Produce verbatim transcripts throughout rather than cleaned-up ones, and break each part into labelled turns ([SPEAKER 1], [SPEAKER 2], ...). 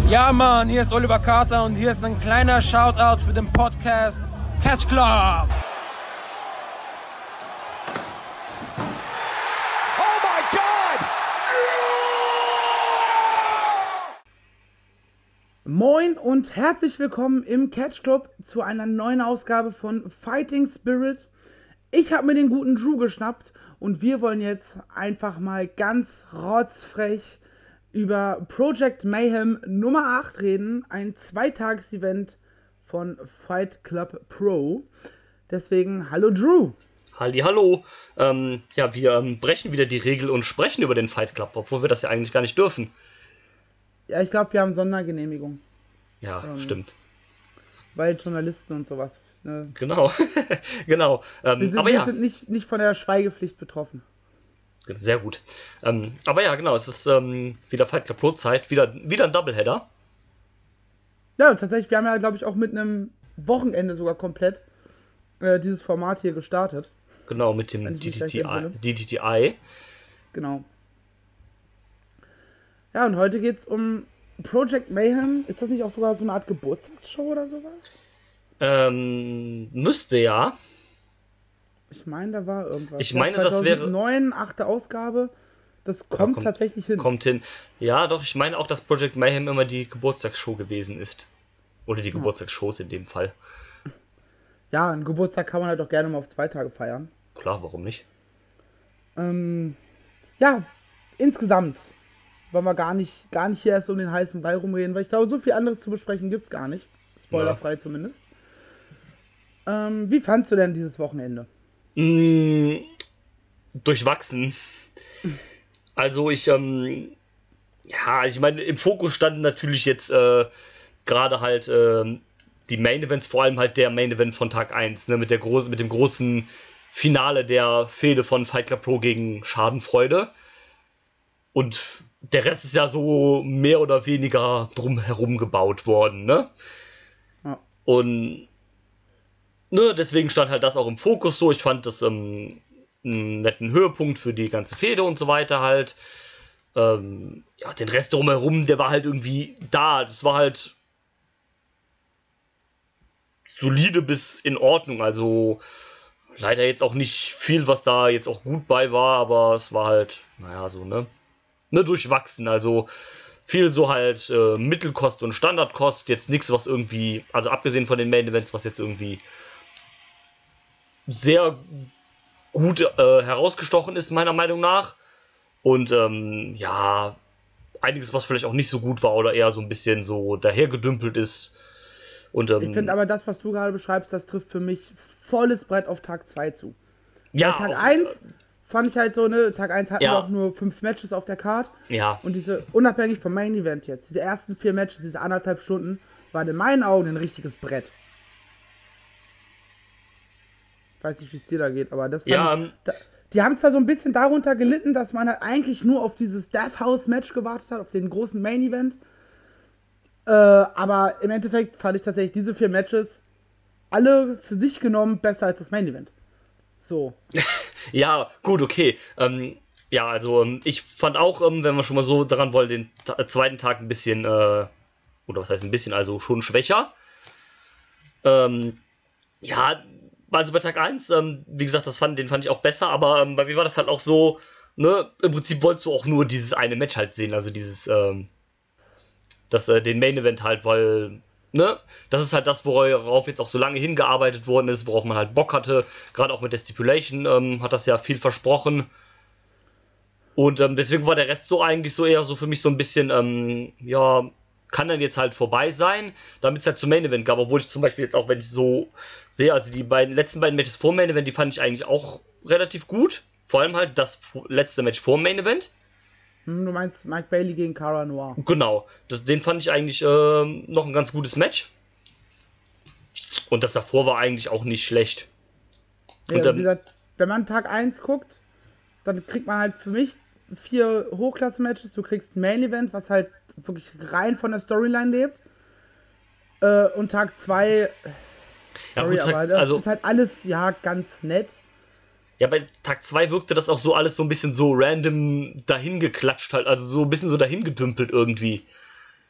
[SPEAKER 1] Ja, Mann, hier ist Oliver Carter und hier ist ein kleiner Shoutout für den Podcast Catch Club.
[SPEAKER 2] Oh my God!
[SPEAKER 3] Moin und herzlich willkommen im Catch Club zu einer neuen Ausgabe von Fighting Spirit. Ich habe mir den guten Drew geschnappt und wir wollen jetzt einfach mal ganz rotzfrech über Project Mayhem Nummer acht reden, ein Zweitages-Event von Fight Club Pro. Deswegen, hallo Drew.
[SPEAKER 4] Halli, hallo. Ähm, ja, wir ähm, brechen wieder die Regel und sprechen über den Fight Club, obwohl wir das ja eigentlich gar nicht dürfen.
[SPEAKER 3] Ja, ich glaube, wir haben Sondergenehmigung.
[SPEAKER 4] Ja, ähm, stimmt.
[SPEAKER 3] Weil Journalisten und sowas. Ne?
[SPEAKER 4] Genau, genau. Ähm,
[SPEAKER 3] wir sind,
[SPEAKER 4] aber
[SPEAKER 3] wir
[SPEAKER 4] ja.
[SPEAKER 3] sind nicht, nicht von der Schweigepflicht betroffen.
[SPEAKER 4] Sehr gut. Ähm, aber ja, genau, es ist ähm, wieder Fight Club Pro Zeit, wieder, wieder ein Doubleheader.
[SPEAKER 3] Ja, tatsächlich, wir haben ja, glaube ich, auch mit einem Wochenende sogar komplett äh, dieses Format hier gestartet.
[SPEAKER 4] Genau, mit dem D D T I. D D T I.
[SPEAKER 3] Genau. Ja, und heute geht's um Project Mayhem. Ist das nicht auch sogar so eine Art Geburtstagsshow oder sowas?
[SPEAKER 4] Ähm, müsste ja.
[SPEAKER 3] Ich meine, da war irgendwas.
[SPEAKER 4] Ich meine,
[SPEAKER 3] ja,
[SPEAKER 4] das wäre...
[SPEAKER 3] zweitausendneun, achte Ausgabe. Das kommt, ja, kommt tatsächlich hin.
[SPEAKER 4] Kommt hin. Ja, doch, ich meine auch, dass Project Mayhem immer die Geburtstagsshow gewesen ist. Oder die Geburtstagsshows in dem Fall.
[SPEAKER 3] Ja, einen Geburtstag kann man halt auch gerne mal auf zwei Tage feiern.
[SPEAKER 4] Klar, warum nicht?
[SPEAKER 3] Ähm, ja, insgesamt wollen wir gar nicht, gar nicht hier erst um den heißen Brei rumreden, weil ich glaube, so viel anderes zu besprechen gibt's gar nicht. Spoilerfrei ja. Zumindest. Ähm, wie fandst du denn dieses Wochenende?
[SPEAKER 4] Mm, durchwachsen. Also ich, ähm, ja, ich meine, im Fokus standen natürlich jetzt äh, gerade halt äh, die Main Events, vor allem halt der Main Event von Tag eins, ne, mit der großen, mit dem großen Finale der Fehde von Fight Club Pro gegen Schadenfreude. Und der Rest ist ja so mehr oder weniger drumherum gebaut worden, ne?
[SPEAKER 3] Ja.
[SPEAKER 4] Und ne, deswegen stand halt das auch im Fokus so. Ich fand das ähm, einen netten Höhepunkt für die ganze Fehde und so weiter halt. Ähm, ja, den Rest drumherum, der war halt irgendwie da. Das war halt solide bis in Ordnung. Also leider jetzt auch nicht viel, was da jetzt auch gut bei war, aber es war halt, naja, so, ne? Ne, durchwachsen. Also viel so halt äh, Mittelkost und Standardkost. Jetzt nichts, was irgendwie, also abgesehen von den Main Events, was jetzt irgendwie sehr gut äh, herausgestochen ist, meiner Meinung nach. Und ähm, ja, einiges, was vielleicht auch nicht so gut war oder eher so ein bisschen so dahergedümpelt ist. Und, ähm,
[SPEAKER 3] ich finde aber das, was du gerade beschreibst, das trifft für mich volles Brett auf Tag zwei zu.
[SPEAKER 4] Ja,
[SPEAKER 3] Weil Tag
[SPEAKER 4] auch,
[SPEAKER 3] eins
[SPEAKER 4] äh,
[SPEAKER 3] fand ich halt so, ne, Tag eins hatten
[SPEAKER 4] ja.
[SPEAKER 3] wir auch nur fünf Matches auf der Card.
[SPEAKER 4] Ja.
[SPEAKER 3] Und diese, unabhängig vom Main Event jetzt, diese ersten vier Matches, diese anderthalb Stunden, waren in meinen Augen ein richtiges Brett. Ich weiß nicht, wie es dir da geht, aber das fand
[SPEAKER 4] ja,
[SPEAKER 3] ich...
[SPEAKER 4] ähm,
[SPEAKER 3] Da, die haben zwar so ein bisschen darunter gelitten, dass man halt eigentlich nur auf dieses Death House Match gewartet hat, auf den großen Main Event. Äh, aber im Endeffekt fand ich tatsächlich diese vier Matches alle für sich genommen besser als das Main Event. So.
[SPEAKER 4] Ja, gut, okay. Ähm, ja, also ähm, ich fand auch, ähm, wenn man schon mal so daran wollte, den ta- zweiten Tag ein bisschen, äh, oder was heißt ein bisschen, also schon schwächer. Ähm, ja, also bei Tag eins, ähm, wie gesagt, das fand, den fand ich auch besser, aber ähm, bei mir war das halt auch so, ne, im Prinzip wolltest du auch nur dieses eine Match halt sehen, also dieses, ähm, das, äh, den Main Event halt, weil, ne, das ist halt das, worauf jetzt auch so lange hingearbeitet worden ist, worauf man halt Bock hatte, gerade auch mit der Stipulation, ähm, hat das ja viel versprochen. Und ähm, deswegen war der Rest so eigentlich so eher so für mich so ein bisschen, ähm, ja, kann dann jetzt halt vorbei sein, damit es halt zum Main Event gab, obwohl ich zum Beispiel jetzt auch, wenn ich so sehe, also die beiden letzten beiden Matches vor Main Event, die fand ich eigentlich auch relativ gut. Vor allem halt das letzte Match vor Main Event.
[SPEAKER 3] Hm, du meinst Mike Bailey gegen Cara Noir.
[SPEAKER 4] Genau, das, den fand ich eigentlich ähm, noch ein ganz gutes Match. Und das davor war eigentlich auch nicht schlecht.
[SPEAKER 3] Ja,
[SPEAKER 4] Und,
[SPEAKER 3] also
[SPEAKER 4] ähm,
[SPEAKER 3] wie gesagt, wenn man Tag eins guckt, dann kriegt man halt für mich vier Hochklasse-Matches. Du kriegst ein Main-Event, was halt wirklich rein von der Storyline lebt. Äh, und Tag zwei, sorry,
[SPEAKER 4] ja, gut,
[SPEAKER 3] aber das
[SPEAKER 4] also,
[SPEAKER 3] ist halt alles, ja, ganz nett.
[SPEAKER 4] Ja, bei Tag zwei wirkte das auch so alles so ein bisschen so random dahin geklatscht halt, also so ein bisschen so dahin gedümpelt irgendwie.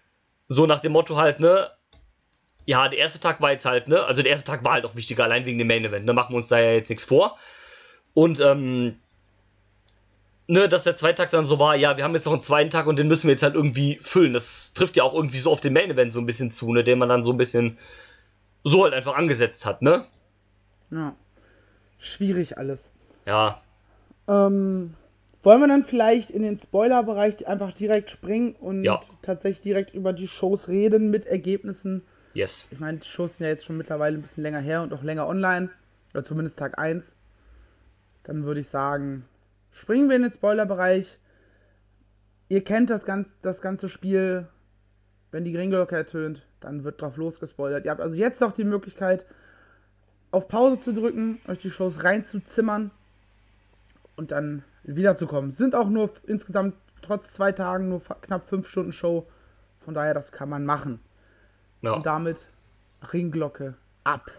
[SPEAKER 4] so nach dem Motto halt, ne, ja, der erste Tag war jetzt halt, ne, also der erste Tag war halt auch wichtiger, allein wegen dem Main Event, ne, machen wir uns da ja jetzt nichts vor. Und, ähm, ne, dass der zweite Tag dann so war, ja, wir haben jetzt noch einen zweiten Tag und den müssen wir jetzt halt irgendwie füllen. Das trifft ja auch irgendwie so auf den Main Event so ein bisschen zu, ne, den man dann so ein bisschen so halt einfach angesetzt hat, ne?
[SPEAKER 3] Ja. Schwierig alles.
[SPEAKER 4] Ja.
[SPEAKER 3] Ähm, wollen wir dann vielleicht in den Spoiler-Bereich einfach direkt springen und
[SPEAKER 4] ja.
[SPEAKER 3] tatsächlich direkt über die Shows reden mit Ergebnissen?
[SPEAKER 4] Yes.
[SPEAKER 3] Ich meine, die Shows sind ja jetzt schon mittlerweile ein bisschen länger her und auch länger online. Oder zumindest Tag eins. Dann würde ich sagen, springen wir in den Spoiler-Bereich. Ihr kennt das, ganz, das ganze Spiel. Wenn die Ringglocke ertönt, dann wird drauf losgespoilert. Ihr habt also jetzt noch die Möglichkeit, auf Pause zu drücken, euch die Shows reinzuzimmern und dann wiederzukommen. Es sind auch nur f- insgesamt trotz zwei Tagen nur f- knapp fünf Stunden Show. Von daher, das kann man machen.
[SPEAKER 4] Ja.
[SPEAKER 3] Und damit Ringglocke ab.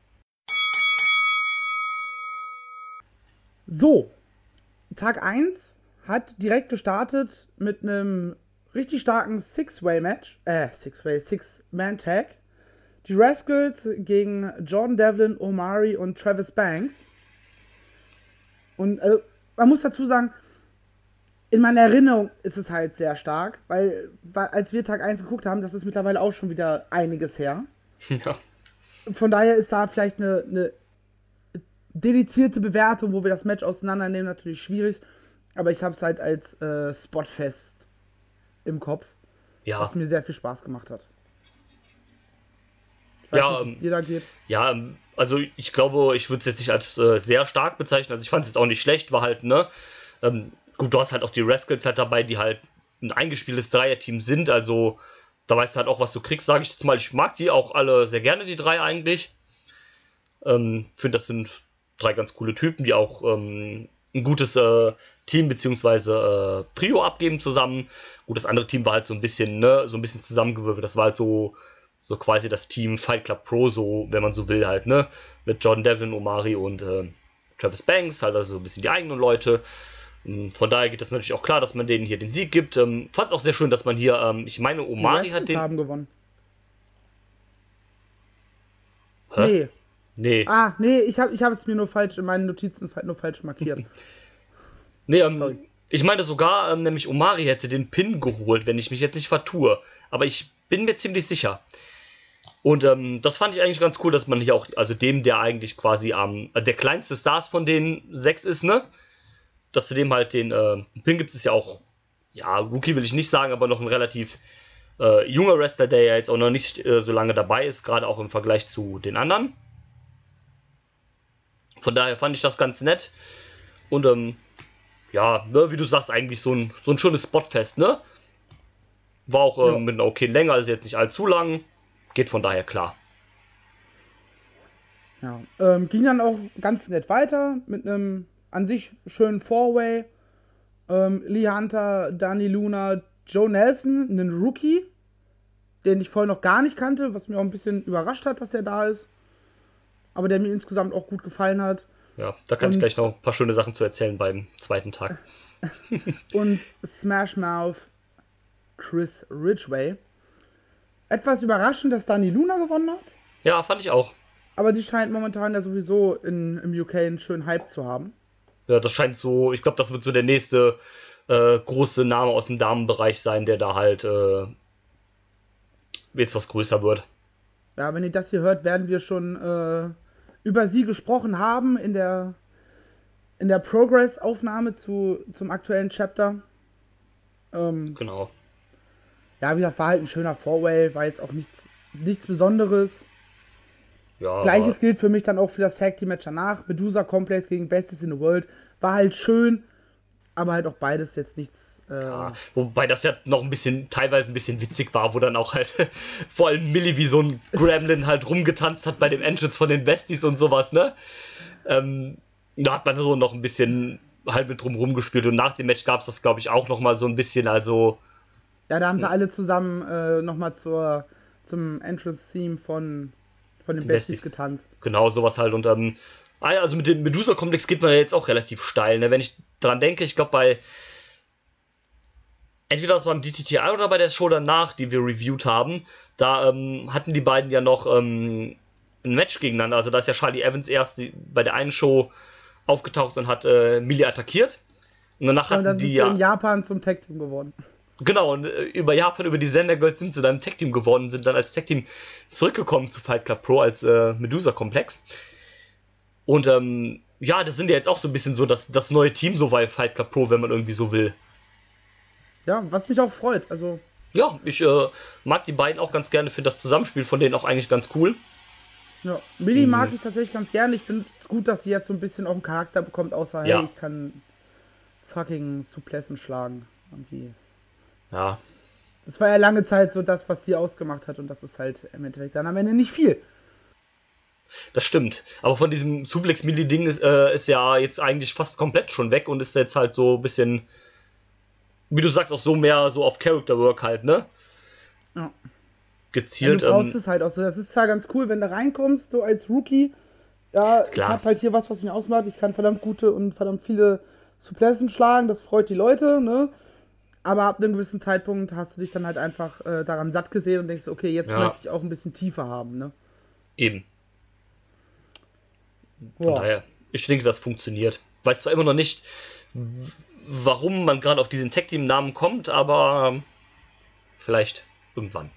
[SPEAKER 3] So, Tag eins hat direkt gestartet mit einem richtig starken Six-Way-Match, äh, Six-Way, Six-Man-Tag. Die Rascals gegen Jordan Devlin, Omari und Travis Banks. Und also, man muss dazu sagen, in meiner Erinnerung ist es halt sehr stark, weil, weil als wir Tag eins geguckt haben, das ist mittlerweile auch schon wieder einiges her.
[SPEAKER 4] Ja.
[SPEAKER 3] Von daher ist da vielleicht eine, eine dedizierte Bewertung, wo wir das Match auseinandernehmen, natürlich schwierig. Aber ich habe es halt als äh, Spotfest im Kopf,
[SPEAKER 4] Ja.
[SPEAKER 3] was mir sehr viel Spaß gemacht hat. Ich weiß
[SPEAKER 4] Ja,
[SPEAKER 3] nicht, wie es
[SPEAKER 4] ähm,
[SPEAKER 3] dir da geht.
[SPEAKER 4] Ja, ähm, also ich glaube, ich würde es jetzt nicht als äh, sehr stark bezeichnen. Also ich fand es jetzt auch nicht schlecht, war halt, ne? Ähm, gut, du hast halt auch die Rascals halt dabei, die halt ein eingespieltes Dreier-Team sind. Also da weißt du halt auch, was du kriegst, sage ich jetzt mal. Ich mag die auch alle sehr gerne, die drei eigentlich. Ähm, finde, das sind drei ganz coole Typen, die auch ähm, ein gutes äh, Team bzw. Äh, Trio abgeben zusammen. Gut, das andere Team war halt so ein bisschen, ne, so ein bisschen zusammengewürfelt. Das war halt so, so quasi das Team Fight Club Pro, so, wenn man so will, halt, ne? Mit Jordan Devlin, Omari und äh, Travis Banks, halt also ein bisschen die eigenen Leute. Ähm, Von daher geht das natürlich auch klar, dass man denen hier den Sieg gibt. Ähm, Fand es auch sehr schön, dass man hier, ähm, ich meine,
[SPEAKER 3] Die
[SPEAKER 4] Omari
[SPEAKER 3] Rascals
[SPEAKER 4] hat den.
[SPEAKER 3] haben gewonnen.
[SPEAKER 4] Hä?
[SPEAKER 3] Nee.
[SPEAKER 4] Nee.
[SPEAKER 3] Ah, nee, ich habe ich hab es mir nur falsch in meinen Notizen fa- nur falsch markiert.
[SPEAKER 4] Nee, ähm,
[SPEAKER 3] Sorry.
[SPEAKER 4] ich meine sogar, ähm, nämlich Omari hätte den Pin geholt, wenn ich mich jetzt nicht vertue. Aber ich bin mir ziemlich sicher. Und ähm, das fand ich eigentlich ganz cool, dass man hier auch, also dem, der eigentlich quasi ähm, der kleinste Stars von den sechs ist, ne? Dass du dem halt den äh, Pin gibst, ist ja auch, ja, Rookie will ich nicht sagen, aber noch ein relativ äh, junger Wrestler, der ja jetzt auch noch nicht äh, so lange dabei ist, gerade auch im Vergleich zu den anderen. Von daher fand ich das ganz nett. Und ähm, ja, ne, wie du sagst, eigentlich so ein, so ein schönes Spotfest, ne? War auch ähm,
[SPEAKER 3] Ja.
[SPEAKER 4] mit einer okay Länge, also jetzt nicht allzu lang. Geht von daher klar.
[SPEAKER 3] Ja, ähm, ging dann auch ganz nett weiter mit einem an sich schönen Four-Way. Ähm, Lee Hunter, Dani Luna, Joe Nelson, einen Rookie, den ich vorher noch gar nicht kannte, was mir auch ein bisschen überrascht hat, dass er da ist. Aber der mir insgesamt auch gut gefallen hat.
[SPEAKER 4] Ja, da kann
[SPEAKER 3] Und-
[SPEAKER 4] ich gleich noch ein paar schöne Sachen zu erzählen beim zweiten Tag.
[SPEAKER 3] Und Smash Mouth Chris Ridgway. Etwas überraschend, dass Dani Luna gewonnen hat.
[SPEAKER 4] Ja, fand ich auch.
[SPEAKER 3] Aber die scheint momentan ja sowieso in, im U K einen schönen Hype zu haben.
[SPEAKER 4] Ja, das scheint so, ich glaube, das wird so der nächste äh, große Name aus dem Damenbereich sein, der da halt äh, jetzt was größer wird.
[SPEAKER 3] Ja, wenn ihr das hier hört, werden wir schon äh, über sie gesprochen haben in der, in der Progress-Aufnahme zu, zum aktuellen Chapter. Ähm,
[SPEAKER 4] Genau.
[SPEAKER 3] ja, wie gesagt, war halt ein schöner Four-Way, war jetzt auch nichts, nichts Besonderes.
[SPEAKER 4] Ja,
[SPEAKER 3] Gleiches
[SPEAKER 4] aber-
[SPEAKER 3] gilt für mich dann auch für das Tag Team Match danach. Medusa Complex gegen Besties in the World. War halt schön, aber halt auch beides jetzt nichts. Äh,
[SPEAKER 4] Ja, wobei das ja noch ein bisschen, teilweise ein bisschen witzig war, wo dann auch halt vor allem Millie wie so ein Gremlin halt rumgetanzt hat bei dem Entrance von den Besties und sowas, ne? Ähm, da hat man so noch ein bisschen halt mit drum rumgespielt und nach dem Match gab es das, glaube ich, auch noch mal so ein bisschen, also
[SPEAKER 3] ja, da haben sie alle zusammen äh, nochmal zur, zum Entrance-Theme von, von den
[SPEAKER 4] Die
[SPEAKER 3] Besties
[SPEAKER 4] Besties.
[SPEAKER 3] getanzt.
[SPEAKER 4] genau sowas halt und ähm, ah ja, also mit dem Medusa-Komplex geht man ja jetzt auch relativ steil, ne? Wenn ich dran denke, ich glaube bei entweder das war beim D T T I oder bei der Show danach, die wir reviewed haben, da ähm, hatten die beiden ja noch ähm, ein Match gegeneinander. Also da ist ja Charlie Evans erst die, bei der einen Show aufgetaucht und hat äh, Millie attackiert. Und danach
[SPEAKER 3] Ja,
[SPEAKER 4] hatten
[SPEAKER 3] und dann
[SPEAKER 4] die
[SPEAKER 3] sind sie
[SPEAKER 4] ja...
[SPEAKER 3] in Japan zum Tag-Team geworden.
[SPEAKER 4] Genau, und äh, über Japan, über die Sender Girls sind sie dann Tag-Team geworden, sind dann als Tag-Team zurückgekommen zu Fight Club Pro als äh, Medusa-Komplex. Und ähm, ja, das sind ja jetzt auch so ein bisschen so das, das neue Team so bei Fight Club Pro, wenn man irgendwie so will.
[SPEAKER 3] Ja, was mich auch freut. Also,
[SPEAKER 4] Ja, ich äh, mag die beiden auch ganz gerne, finde das Zusammenspiel von denen auch eigentlich ganz cool.
[SPEAKER 3] ja. Millie
[SPEAKER 4] Mhm.
[SPEAKER 3] mag ich tatsächlich ganz gerne. Ich finde es gut, dass sie jetzt so ein bisschen auch einen Charakter bekommt, außer, hey,
[SPEAKER 4] Ja.
[SPEAKER 3] ich kann fucking Suplessen schlagen. Irgendwie.
[SPEAKER 4] Ja,
[SPEAKER 3] Das war ja lange Zeit so das, was sie ausgemacht hat. Und das ist halt im Endeffekt dann am Ende nicht viel.
[SPEAKER 4] das stimmt. Aber von diesem Suplex-Milli-Ding ist, äh, ist ja jetzt eigentlich fast komplett schon weg und ist jetzt halt so ein bisschen, wie du sagst, auch so mehr so auf Character-Work halt, ne?
[SPEAKER 3] Ja. Ja,
[SPEAKER 4] Gezielt.
[SPEAKER 3] du brauchst
[SPEAKER 4] ähm,
[SPEAKER 3] es halt auch so. Das ist zwar ganz cool, wenn du reinkommst, so als Rookie. Ja,
[SPEAKER 4] Klar.
[SPEAKER 3] ich hab halt hier was, was mich ausmacht. Ich kann verdammt gute und verdammt viele Suplessen schlagen. Das freut die Leute, ne? Aber ab einem gewissen Zeitpunkt hast du dich dann halt einfach äh, daran satt gesehen und denkst, okay, jetzt
[SPEAKER 4] Ja.
[SPEAKER 3] möchte ich auch ein bisschen tiefer haben, ne?
[SPEAKER 4] Eben. Von
[SPEAKER 3] Boah.
[SPEAKER 4] daher, ich denke, das funktioniert. Weiß zwar immer noch nicht, w- warum man gerade auf diesen Tag-Team-Namen kommt, aber ähm, vielleicht irgendwann.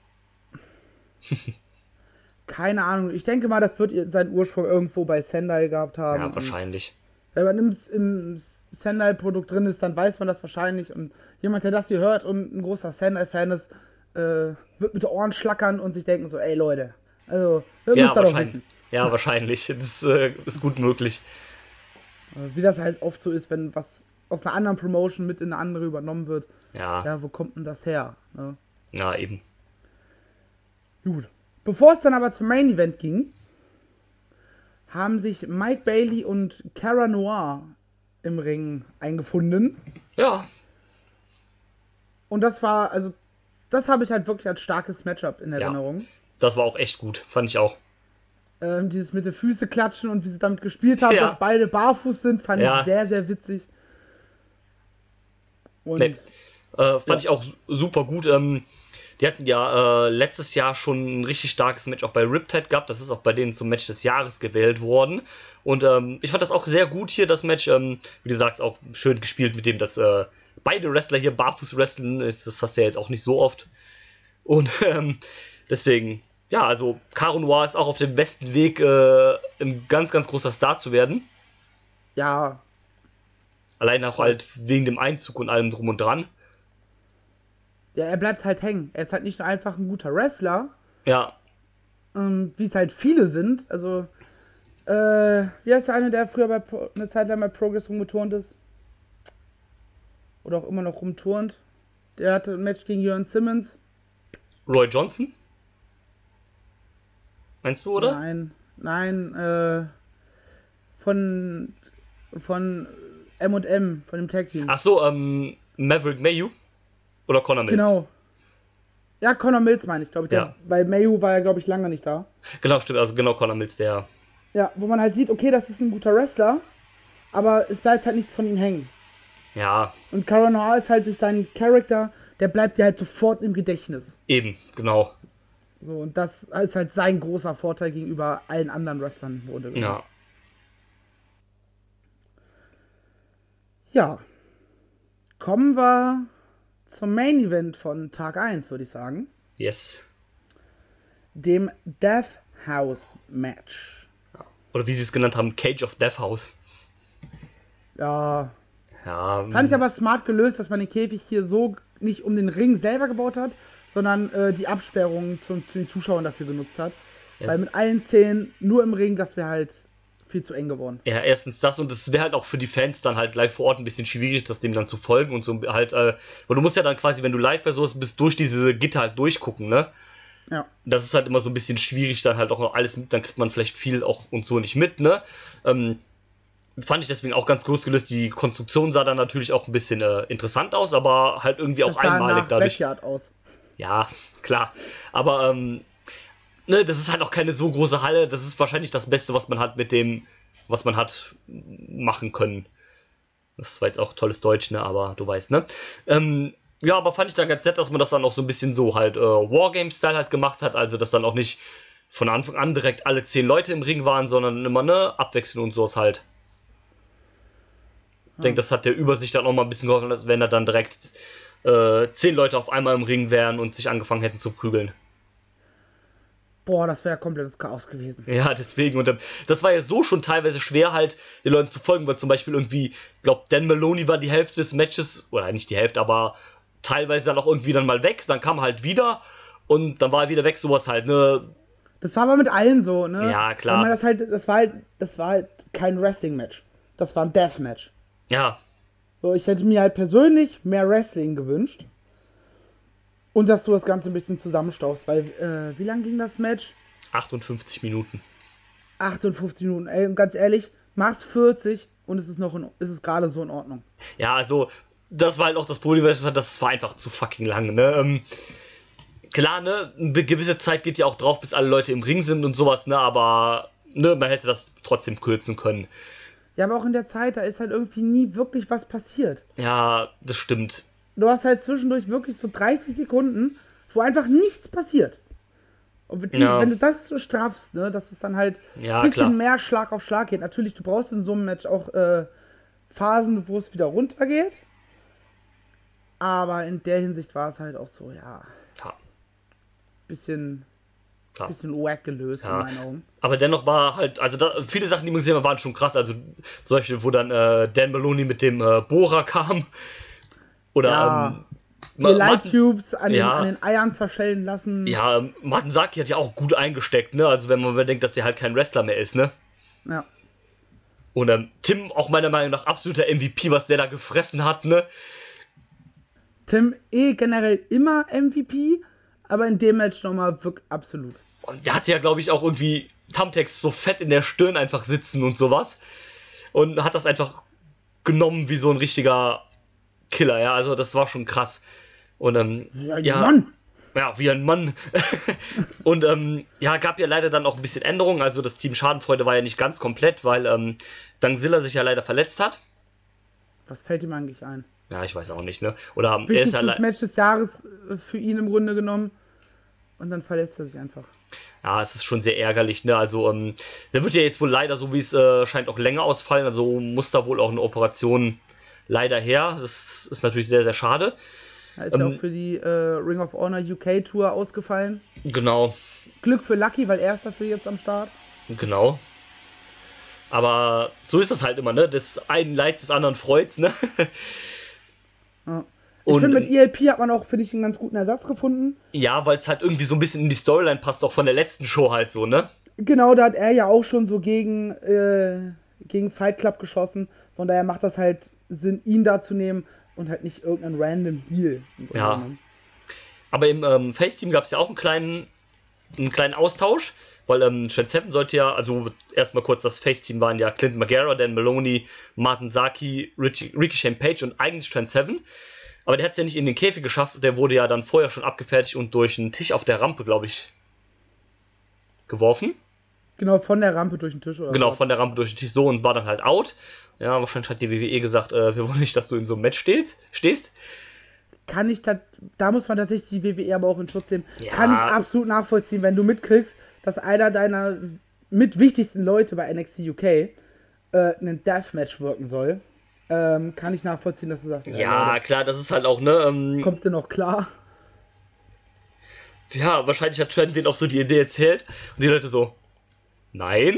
[SPEAKER 3] Keine Ahnung. Ich denke mal, das wird ihr- seinen Ursprung irgendwo bei Sendai gehabt haben.
[SPEAKER 4] Ja,
[SPEAKER 3] Und
[SPEAKER 4] wahrscheinlich.
[SPEAKER 3] wenn man im, im Sendai-Produkt drin ist, dann weiß man das wahrscheinlich. Und jemand, der das hier hört und ein großer Sendai-Fan ist, äh, wird mit den Ohren schlackern und sich denken so, ey Leute, also, das
[SPEAKER 4] Ja,
[SPEAKER 3] müsst ihr doch
[SPEAKER 4] wahrscheinlich.
[SPEAKER 3] wissen.
[SPEAKER 4] Ja, wahrscheinlich. Das äh, ist gut möglich.
[SPEAKER 3] Äh, Wie das halt oft so ist, wenn was aus einer anderen Promotion mit in eine andere übernommen wird.
[SPEAKER 4] Ja, ja,
[SPEAKER 3] Ja, wo kommt denn das her? Ne?
[SPEAKER 4] eben.
[SPEAKER 3] Gut. Bevor es dann aber zum Main Event ging, haben sich Mike Bailey und Cara Noir im Ring eingefunden.
[SPEAKER 4] Ja,
[SPEAKER 3] Und das war, also, das habe ich halt wirklich als starkes Matchup in
[SPEAKER 4] Ja.
[SPEAKER 3] Erinnerung.
[SPEAKER 4] das war auch echt gut. Fand ich auch.
[SPEAKER 3] Ähm, dieses mit den Füße klatschen und wie sie damit gespielt haben,
[SPEAKER 4] Ja.
[SPEAKER 3] dass beide barfuß sind, fand
[SPEAKER 4] Ja.
[SPEAKER 3] ich sehr, sehr witzig. Und
[SPEAKER 4] Nee. Äh, fand
[SPEAKER 3] Ja.
[SPEAKER 4] ich auch super gut. Ähm, die hatten ja äh, letztes Jahr schon ein richtig starkes Match auch bei Riptide gehabt. Das ist auch bei denen zum Match des Jahres gewählt worden. Und ähm, ich fand das auch sehr gut hier, das Match. Ähm, wie du sagst, auch schön gespielt mit dem, dass äh, beide Wrestler hier barfuß wrestlen. Das hast du ja jetzt auch nicht so oft. Und ähm, deswegen, ja, also Cara Noir ist auch auf dem besten Weg, äh, ein ganz, ganz großer Star zu werden.
[SPEAKER 3] ja,
[SPEAKER 4] Allein auch halt wegen dem Einzug und allem drum und dran.
[SPEAKER 3] ja, er bleibt halt hängen. Er ist halt nicht nur einfach ein guter Wrestler,
[SPEAKER 4] Ja,
[SPEAKER 3] ähm, wie es halt viele sind. Also, äh, wie heißt der eine, der früher bei Pro, eine Zeit lang bei Progress rumgeturnt ist? Oder auch immer noch rumturnt? Der hatte ein Match gegen Jörn Simmons.
[SPEAKER 4] Roy Johnson? Meinst du, oder?
[SPEAKER 3] Nein, nein, äh, von, von M und M, von dem Tag Team.
[SPEAKER 4] Ach so, ähm, Maverick Mayu? Oder Conor Mills?
[SPEAKER 3] Genau. Ja, Conor Mills meine ich, glaube ich. Der,
[SPEAKER 4] Ja.
[SPEAKER 3] Weil Mayu war ja, glaube ich, lange nicht da.
[SPEAKER 4] Genau, stimmt, also genau Conor Mills, der.
[SPEAKER 3] Ja, wo man halt sieht, okay, das ist ein guter Wrestler, aber es bleibt halt nichts von ihm hängen.
[SPEAKER 4] Ja,
[SPEAKER 3] Und Cara Noir ist halt durch seinen Charakter, der bleibt dir halt sofort im Gedächtnis.
[SPEAKER 4] eben, genau.
[SPEAKER 3] So, und das ist halt sein großer Vorteil gegenüber allen anderen Wrestlern im Grunde genommen.
[SPEAKER 4] Ja.
[SPEAKER 3] Ja. Kommen wir zum Main Event von Tag eins, würde ich sagen.
[SPEAKER 4] Yes.
[SPEAKER 3] Dem Death House Match.
[SPEAKER 4] Oder wie sie es genannt haben, Cage of Death House.
[SPEAKER 3] Ja,
[SPEAKER 4] Ja,
[SPEAKER 3] fand ich aber smart gelöst, dass man den Käfig hier so nicht um den Ring selber gebaut hat, sondern äh, die Absperrungen zum, zu den Zuschauern dafür genutzt hat.
[SPEAKER 4] Ja.
[SPEAKER 3] Weil mit allen Zähnen nur im Ring, das wäre halt viel zu eng geworden.
[SPEAKER 4] ja, erstens das und es wäre halt auch für die Fans dann halt live vor Ort ein bisschen schwierig, das dem dann zu folgen und so halt, äh, weil du musst ja dann quasi, wenn du live bei sowas bist, durch diese Gitter halt durchgucken, ne?
[SPEAKER 3] Ja.
[SPEAKER 4] Das ist halt immer so ein bisschen schwierig, dann halt auch noch alles mit, dann kriegt man vielleicht viel auch und so nicht mit, ne? Ähm, fand ich deswegen auch ganz groß gelöst. Die Konstruktion sah dann natürlich auch ein bisschen äh, interessant aus, aber halt irgendwie
[SPEAKER 3] Das
[SPEAKER 4] auch
[SPEAKER 3] sah
[SPEAKER 4] einmalig
[SPEAKER 3] nach
[SPEAKER 4] dadurch.
[SPEAKER 3] Backyard aus.
[SPEAKER 4] Ja, klar. Aber ähm, ne, das ist halt auch keine so große Halle. Das ist wahrscheinlich das Beste, was man hat mit dem, was man hat machen können. Das war jetzt auch tolles Deutsch, ne? Aber du weißt, ne? Ähm, Ja, aber fand ich dann ganz nett, dass man das dann auch so ein bisschen so halt äh, Wargame-Style halt gemacht hat, also dass dann auch nicht von Anfang an direkt alle zehn Leute im Ring waren, sondern immer eine Abwechslung und sowas halt. Ich denke, das hat der Übersicht dann auch mal ein bisschen geholfen, als wenn da dann direkt äh, zehn Leute auf einmal im Ring wären und sich angefangen hätten zu prügeln.
[SPEAKER 3] Boah, das wäre komplettes Chaos gewesen.
[SPEAKER 4] Ja, deswegen. Und ähm, das war ja so schon teilweise schwer, halt den Leuten zu folgen, weil zum Beispiel irgendwie, ich glaube, Dan Maloney war die Hälfte des Matches, oder nicht die Hälfte, aber teilweise dann auch irgendwie dann mal weg, dann kam er halt wieder und dann war er wieder weg, sowas halt, ne?
[SPEAKER 3] Das war aber mit allen so, ne?
[SPEAKER 4] Ja, klar.
[SPEAKER 3] Weil man das halt, das war halt, das war halt kein Wrestling-Match. Das war ein Death-Match.
[SPEAKER 4] Ja.
[SPEAKER 3] So, ich hätte mir halt persönlich mehr Wrestling gewünscht. Und dass du das Ganze ein bisschen zusammenstaust, weil, äh, wie lang ging das Match?
[SPEAKER 4] achtundfünfzig Minuten.
[SPEAKER 3] achtundfünfzig Minuten, ey, und ganz ehrlich, mach's vierzig und es ist noch in, ist es gerade so in Ordnung.
[SPEAKER 4] Ja, also, das war halt auch das Problem, das war einfach zu fucking lang, ne? Ähm, klar, ne, eine gewisse Zeit geht ja auch drauf, bis alle Leute im Ring sind und sowas, ne, aber, ne, man hätte das trotzdem kürzen können.
[SPEAKER 3] Ja, aber auch in der Zeit, da ist halt irgendwie nie wirklich was passiert.
[SPEAKER 4] Ja, das stimmt.
[SPEAKER 3] Du hast halt zwischendurch wirklich so dreißig Sekunden, wo einfach nichts passiert. Und die,
[SPEAKER 4] Ja.
[SPEAKER 3] wenn du das so strafst, ne, dass es dann halt
[SPEAKER 4] Ja,
[SPEAKER 3] ein bisschen
[SPEAKER 4] klar.
[SPEAKER 3] mehr Schlag auf Schlag geht. Natürlich, du brauchst in so einem Match auch äh, Phasen, wo es wieder runtergeht. Aber in der Hinsicht war es halt auch so, ja,
[SPEAKER 4] Ja,
[SPEAKER 3] bisschen,
[SPEAKER 4] klar.
[SPEAKER 3] bisschen wack gelöst
[SPEAKER 4] Ja.
[SPEAKER 3] in meinen Augen.
[SPEAKER 4] Aber dennoch war halt, also da, viele Sachen, die man gesehen hat, waren schon krass. Also zum Beispiel, wo dann äh, Dan Maloney mit dem äh, Bohrer kam. Oder
[SPEAKER 3] Ja,
[SPEAKER 4] ähm,
[SPEAKER 3] Die
[SPEAKER 4] Ma-
[SPEAKER 3] Light
[SPEAKER 4] Martin-
[SPEAKER 3] Tubes an,
[SPEAKER 4] Ja.
[SPEAKER 3] den, an den Eiern zerschellen lassen.
[SPEAKER 4] Ja, ähm, Martin Saki hat ja auch gut eingesteckt, ne? Also wenn man bedenkt, dass der halt kein Wrestler mehr ist, ne?
[SPEAKER 3] Ja.
[SPEAKER 4] Und ähm, Tim auch meiner Meinung nach absoluter M V P, was der da gefressen hat, ne?
[SPEAKER 3] Tim eh generell immer M V P, aber in dem Match nochmal wirklich absolut.
[SPEAKER 4] Und der hatte ja, glaube ich, auch irgendwie Thumbtacks so fett in der Stirn einfach sitzen und sowas. Und hat das einfach genommen wie so ein richtiger Killer, ja. Also das war schon krass. Und ähm,
[SPEAKER 3] Ja,
[SPEAKER 4] ja,
[SPEAKER 3] Mann!
[SPEAKER 4] ja, wie ein Mann. Und ähm, ja, gab ja leider dann auch ein bisschen Änderungen. Also das Team Schadenfreude war ja nicht ganz komplett, weil ähm, Dangzilla sich ja leider verletzt hat.
[SPEAKER 3] Was fällt ihm eigentlich ein?
[SPEAKER 4] Ja, ich weiß auch nicht, ne? Oder ähm, er ist ja,
[SPEAKER 3] Wichtigstes
[SPEAKER 4] le-
[SPEAKER 3] Match des Jahres äh, für ihn im Grunde genommen. Und dann verletzt er sich einfach.
[SPEAKER 4] ja, es ist schon sehr ärgerlich, ne? Also ähm, der wird ja jetzt wohl leider, so wie es äh, scheint, auch länger ausfallen. Also muss da wohl auch eine Operation leider her. Das ist natürlich sehr, sehr schade.
[SPEAKER 3] Er ist ja
[SPEAKER 4] Ähm,
[SPEAKER 3] auch für die äh, Ring of Honor U K Tour ausgefallen.
[SPEAKER 4] Genau,
[SPEAKER 3] Glück für Lucky, weil er ist dafür jetzt am Start.
[SPEAKER 4] genau. Aber so ist das halt immer, ne? Das einen Leids, des anderen freut's, ne?
[SPEAKER 3] Ja. Ich
[SPEAKER 4] Und-
[SPEAKER 3] finde, mit E L P hat man auch, finde ich, einen ganz guten Ersatz gefunden.
[SPEAKER 4] Ja, weil es halt irgendwie so ein bisschen in die Storyline passt, auch von der letzten Show halt so, ne?
[SPEAKER 3] Genau, da hat er ja auch schon so gegen, äh, gegen Fight Club geschossen. Von daher macht das halt Sinn, ihn da zu nehmen und halt nicht irgendeinen random Heal. im Grunde
[SPEAKER 4] Ja.
[SPEAKER 3] genommen.
[SPEAKER 4] Aber im ähm, Face-Team gab es ja auch einen kleinen, einen kleinen Austausch, weil ähm, Trent Seven sollte ja, also erstmal kurz, das Face-Team waren ja Clinton Magara, Dan Maloney, Martin Saki, Ricky, Ricky Shane Page und eigentlich Trent Seven. Aber der hat es ja nicht in den Käfig geschafft, der wurde ja dann vorher schon abgefertigt und durch einen Tisch auf der Rampe, glaube ich, geworfen.
[SPEAKER 3] Genau, von der Rampe durch den Tisch. Oder
[SPEAKER 4] Genau,
[SPEAKER 3] was.
[SPEAKER 4] von der Rampe durch den Tisch so und war dann halt out. Ja, wahrscheinlich hat die W W E gesagt, äh, wir wollen nicht, dass du in so einem Match steht, stehst.
[SPEAKER 3] Kann ich, tat- da muss man tatsächlich die W W E aber auch in Schutz nehmen.
[SPEAKER 4] Ja.
[SPEAKER 3] Kann ich absolut nachvollziehen, wenn du mitkriegst, dass einer deiner mit wichtigsten Leute bei N X T U K äh, einen Deathmatch wirken soll. Ähm, kann ich nachvollziehen, dass du sagst, äh,
[SPEAKER 4] Ja,
[SPEAKER 3] Leute,
[SPEAKER 4] klar, das ist halt auch, ne, ähm,
[SPEAKER 3] kommt dir noch klar?
[SPEAKER 4] ja, wahrscheinlich hat Trent denen auch so die Idee erzählt und die Leute so, nein,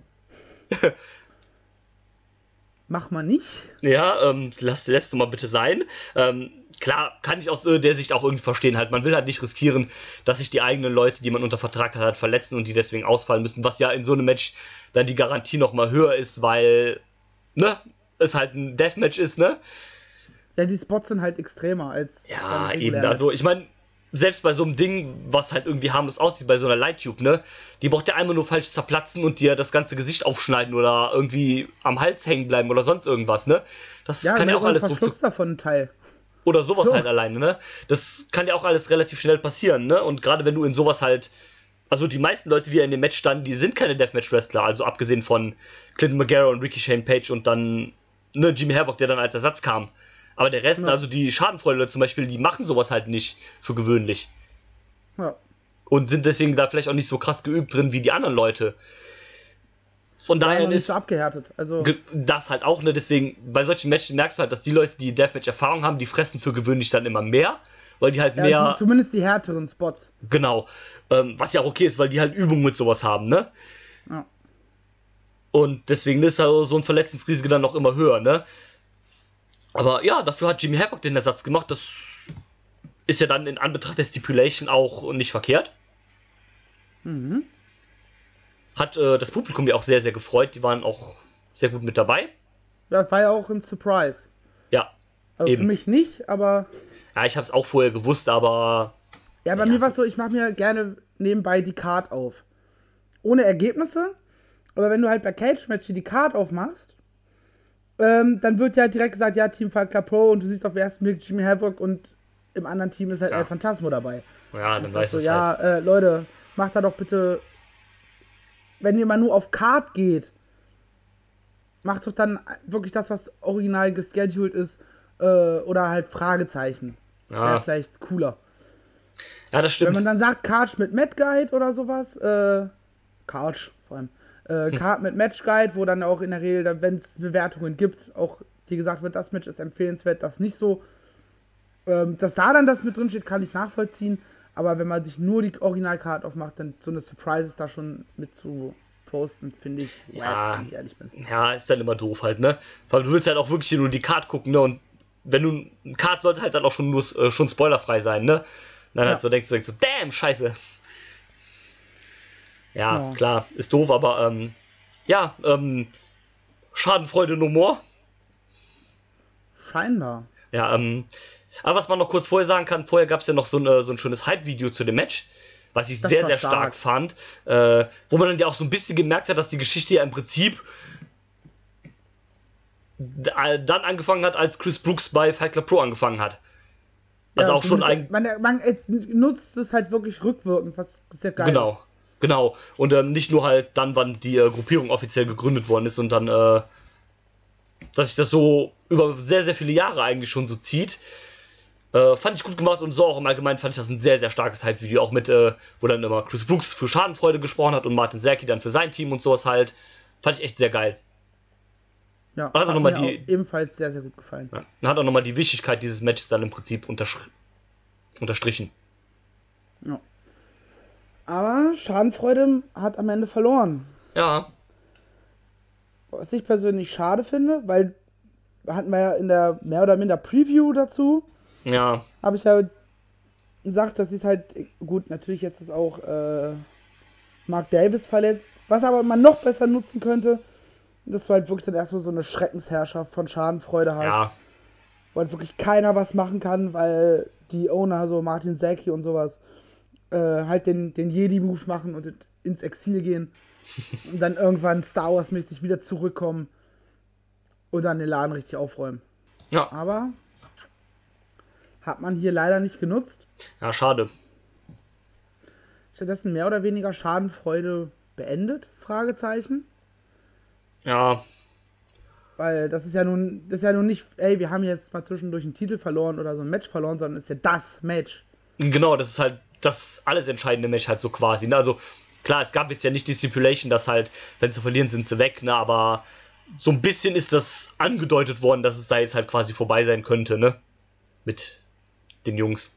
[SPEAKER 3] Mach mal nicht.
[SPEAKER 4] ja, ähm, lass, lässt du mal bitte sein. Ähm, klar, kann ich aus äh, der Sicht auch irgendwie verstehen, halt, man will halt nicht riskieren, dass sich die eigenen Leute, die man unter Vertrag hat, halt verletzen und die deswegen ausfallen müssen, was ja in so einem Match dann die Garantie nochmal höher ist, weil, ne, es halt ein Deathmatch ist, ne?
[SPEAKER 3] Ja, die Spots sind halt extremer als
[SPEAKER 4] Ja,
[SPEAKER 3] beim
[SPEAKER 4] eben.
[SPEAKER 3] regulären
[SPEAKER 4] Also, ich meine, selbst bei so einem Ding, was halt irgendwie harmlos aussieht, bei so einer Light Tube, ne? Die braucht ja einmal nur falsch zerplatzen und dir das ganze Gesicht aufschneiden oder irgendwie am Hals hängen bleiben oder sonst irgendwas, ne? Das
[SPEAKER 3] Ja,
[SPEAKER 4] kann ja auch alles so
[SPEAKER 3] verschluckst davon einen Teil.
[SPEAKER 4] oder sowas
[SPEAKER 3] So.
[SPEAKER 4] halt alleine, ne? Das kann ja auch alles relativ schnell passieren, ne? Und gerade wenn du in sowas halt. Also die meisten Leute, die ja in dem Match standen, die sind keine Deathmatch-Wrestler, also abgesehen von Clinton Magara und Ricky Shane Page und dann, ne, Jimmy Havoc, der dann als Ersatz kam. Aber der Rest,
[SPEAKER 3] Ja.
[SPEAKER 4] also die Schadenfreude zum Beispiel, die machen sowas halt nicht für gewöhnlich.
[SPEAKER 3] Ja.
[SPEAKER 4] Und sind deswegen da vielleicht auch nicht so krass geübt drin wie die anderen Leute. Von
[SPEAKER 3] Ja,
[SPEAKER 4] daher
[SPEAKER 3] noch nicht
[SPEAKER 4] ist
[SPEAKER 3] so abgehärtet. Also,
[SPEAKER 4] ge- das halt auch, ne? Deswegen, bei solchen Matches merkst du halt, dass die Leute, die Deathmatch-Erfahrung haben, die fressen für gewöhnlich dann immer mehr, weil die halt
[SPEAKER 3] ja,
[SPEAKER 4] mehr.
[SPEAKER 3] die, zumindest die härteren Spots.
[SPEAKER 4] Genau. Ähm, was ja auch okay ist, weil die halt Übung mit sowas haben, ne?
[SPEAKER 3] Ja.
[SPEAKER 4] Und deswegen ist also so ein Verletzungsrisiko dann noch immer höher, ne? Aber ja, dafür hat Jimmy Havoc den Ersatz gemacht. Das ist ja dann in Anbetracht der Stipulation auch nicht verkehrt.
[SPEAKER 3] Mhm.
[SPEAKER 4] Hat äh, das Publikum ja auch sehr, sehr gefreut. Die waren auch sehr gut mit dabei.
[SPEAKER 3] Ja, war ja auch ein Surprise.
[SPEAKER 4] Ja.
[SPEAKER 3] Also
[SPEAKER 4] Eben.
[SPEAKER 3] für mich nicht, aber
[SPEAKER 4] Ja, ich habe es auch vorher gewusst, aber
[SPEAKER 3] ja, bei
[SPEAKER 4] Ja,
[SPEAKER 3] mir war es so, ich mache mir gerne nebenbei die Card auf. Ohne Ergebnisse, aber wenn du halt bei Cage-Match die Card aufmachst, ähm, dann wird ja halt direkt gesagt, ja, Team Fight Club Pro, und du siehst auf den ersten Blick Jimmy Havoc und im anderen Team ist halt
[SPEAKER 4] Ja.
[SPEAKER 3] El Phantasmo dabei.
[SPEAKER 4] ja, dann
[SPEAKER 3] Das
[SPEAKER 4] weiß
[SPEAKER 3] ist so,
[SPEAKER 4] es
[SPEAKER 3] ja,
[SPEAKER 4] halt.
[SPEAKER 3] äh, Leute, macht da doch bitte, wenn ihr mal nur auf Card geht, macht doch dann wirklich das, was original gescheduled ist, äh, oder halt Fragezeichen. Wäre
[SPEAKER 4] Ja,
[SPEAKER 3] vielleicht cooler.
[SPEAKER 4] ja, das
[SPEAKER 3] Wenn
[SPEAKER 4] stimmt.
[SPEAKER 3] man dann sagt, Card mit Match Guide oder sowas, äh, Card vor allem, äh, Card mit Match Guide, wo dann auch in der Regel, wenn es Bewertungen gibt, auch dir gesagt wird, das Match ist empfehlenswert, das nicht so. Ähm, dass da dann das mit drin steht, kann ich nachvollziehen, aber wenn man sich nur die Original-Card aufmacht, dann so eine Surprises da schon mit zu posten, finde ich,
[SPEAKER 4] Ja.
[SPEAKER 3] wack, wenn ich ehrlich bin.
[SPEAKER 4] Ja, ist dann immer doof halt, ne? Weil du willst halt auch wirklich hier nur die Card gucken, ne? Und wenn du, ein Card sollte halt dann auch schon nur äh, schon spoilerfrei sein, ne? Dann
[SPEAKER 3] Ja.
[SPEAKER 4] halt so denkst du, denkst so, damn, scheiße. Ja,
[SPEAKER 3] Ja.
[SPEAKER 4] klar, ist doof, aber ähm, ja, ähm, Schadenfreude no more.
[SPEAKER 3] Scheinbar.
[SPEAKER 4] Ja, ähm, aber was man noch kurz vorher sagen kann, vorher gab es ja noch so, eine, so ein schönes Hype-Video zu dem Match, was ich
[SPEAKER 3] Das
[SPEAKER 4] sehr,
[SPEAKER 3] war
[SPEAKER 4] sehr
[SPEAKER 3] stark.
[SPEAKER 4] stark fand, äh, wo man dann ja auch so ein bisschen gemerkt hat, dass die Geschichte ja im Prinzip d- dann angefangen hat, als Chris Brooks bei Fight Club Pro angefangen hat. Also
[SPEAKER 3] Ja,
[SPEAKER 4] auch schon
[SPEAKER 3] zumindest-
[SPEAKER 4] ein...
[SPEAKER 3] Man, man äh, nutzt es halt wirklich rückwirkend, was sehr geil
[SPEAKER 4] Genau,
[SPEAKER 3] ist.
[SPEAKER 4] genau. Und ähm, nicht nur halt dann, wann die äh, Gruppierung offiziell gegründet worden ist und dann, äh, dass sich das so über sehr, sehr viele Jahre eigentlich schon so zieht. Äh, fand ich gut gemacht und so auch im Allgemeinen fand ich das ein sehr, sehr starkes Hype-Video, auch mit, äh, wo dann immer Chris Brooks für Schadenfreude gesprochen hat und Martin Serki dann für sein Team und sowas halt. Fand ich echt sehr geil.
[SPEAKER 3] Ja,
[SPEAKER 4] Also
[SPEAKER 3] hat
[SPEAKER 4] noch mal
[SPEAKER 3] mir
[SPEAKER 4] die-
[SPEAKER 3] auch ebenfalls sehr, sehr gut gefallen.
[SPEAKER 4] Ja. Hat auch nochmal die Wichtigkeit dieses Matches dann im Prinzip untersch- unterstrichen.
[SPEAKER 3] Ja. Aber Schadenfreude hat am Ende verloren.
[SPEAKER 4] Ja,
[SPEAKER 3] Was ich persönlich schade finde, weil hatten wir ja in der mehr oder minder Preview dazu,
[SPEAKER 4] ja,
[SPEAKER 3] habe ich ja gesagt, dass es halt, gut, natürlich jetzt ist auch äh, Mark Davis verletzt, was aber man noch besser nutzen könnte, dass du halt wirklich dann erstmal so eine Schreckensherrschaft von Schadenfreude hast,
[SPEAKER 4] ja,
[SPEAKER 3] wo halt wirklich keiner was machen kann, weil die Owner, so Martin Serki und sowas, äh, halt den, den Jedi-Move machen und ins Exil gehen und dann irgendwann Star Wars-mäßig wieder zurückkommen und dann den Laden richtig aufräumen.
[SPEAKER 4] ja,
[SPEAKER 3] Aber hat man hier leider nicht genutzt.
[SPEAKER 4] ja, schade.
[SPEAKER 3] Stattdessen mehr oder weniger Schadenfreude beendet? Fragezeichen.
[SPEAKER 4] Ja,
[SPEAKER 3] Weil das ist ja nun, das ist ja nun nicht, ey, wir haben jetzt mal zwischendurch einen Titel verloren oder so ein Match verloren, sondern es ist ja das Match.
[SPEAKER 4] genau, das ist halt das alles entscheidende Match halt so quasi. Ne? Also klar, es gab jetzt ja nicht die Stipulation, dass halt, wenn sie verlieren, sind sie weg, ne? Aber so ein bisschen ist das angedeutet worden, dass es da jetzt halt quasi vorbei sein könnte, ne? Mit den Jungs.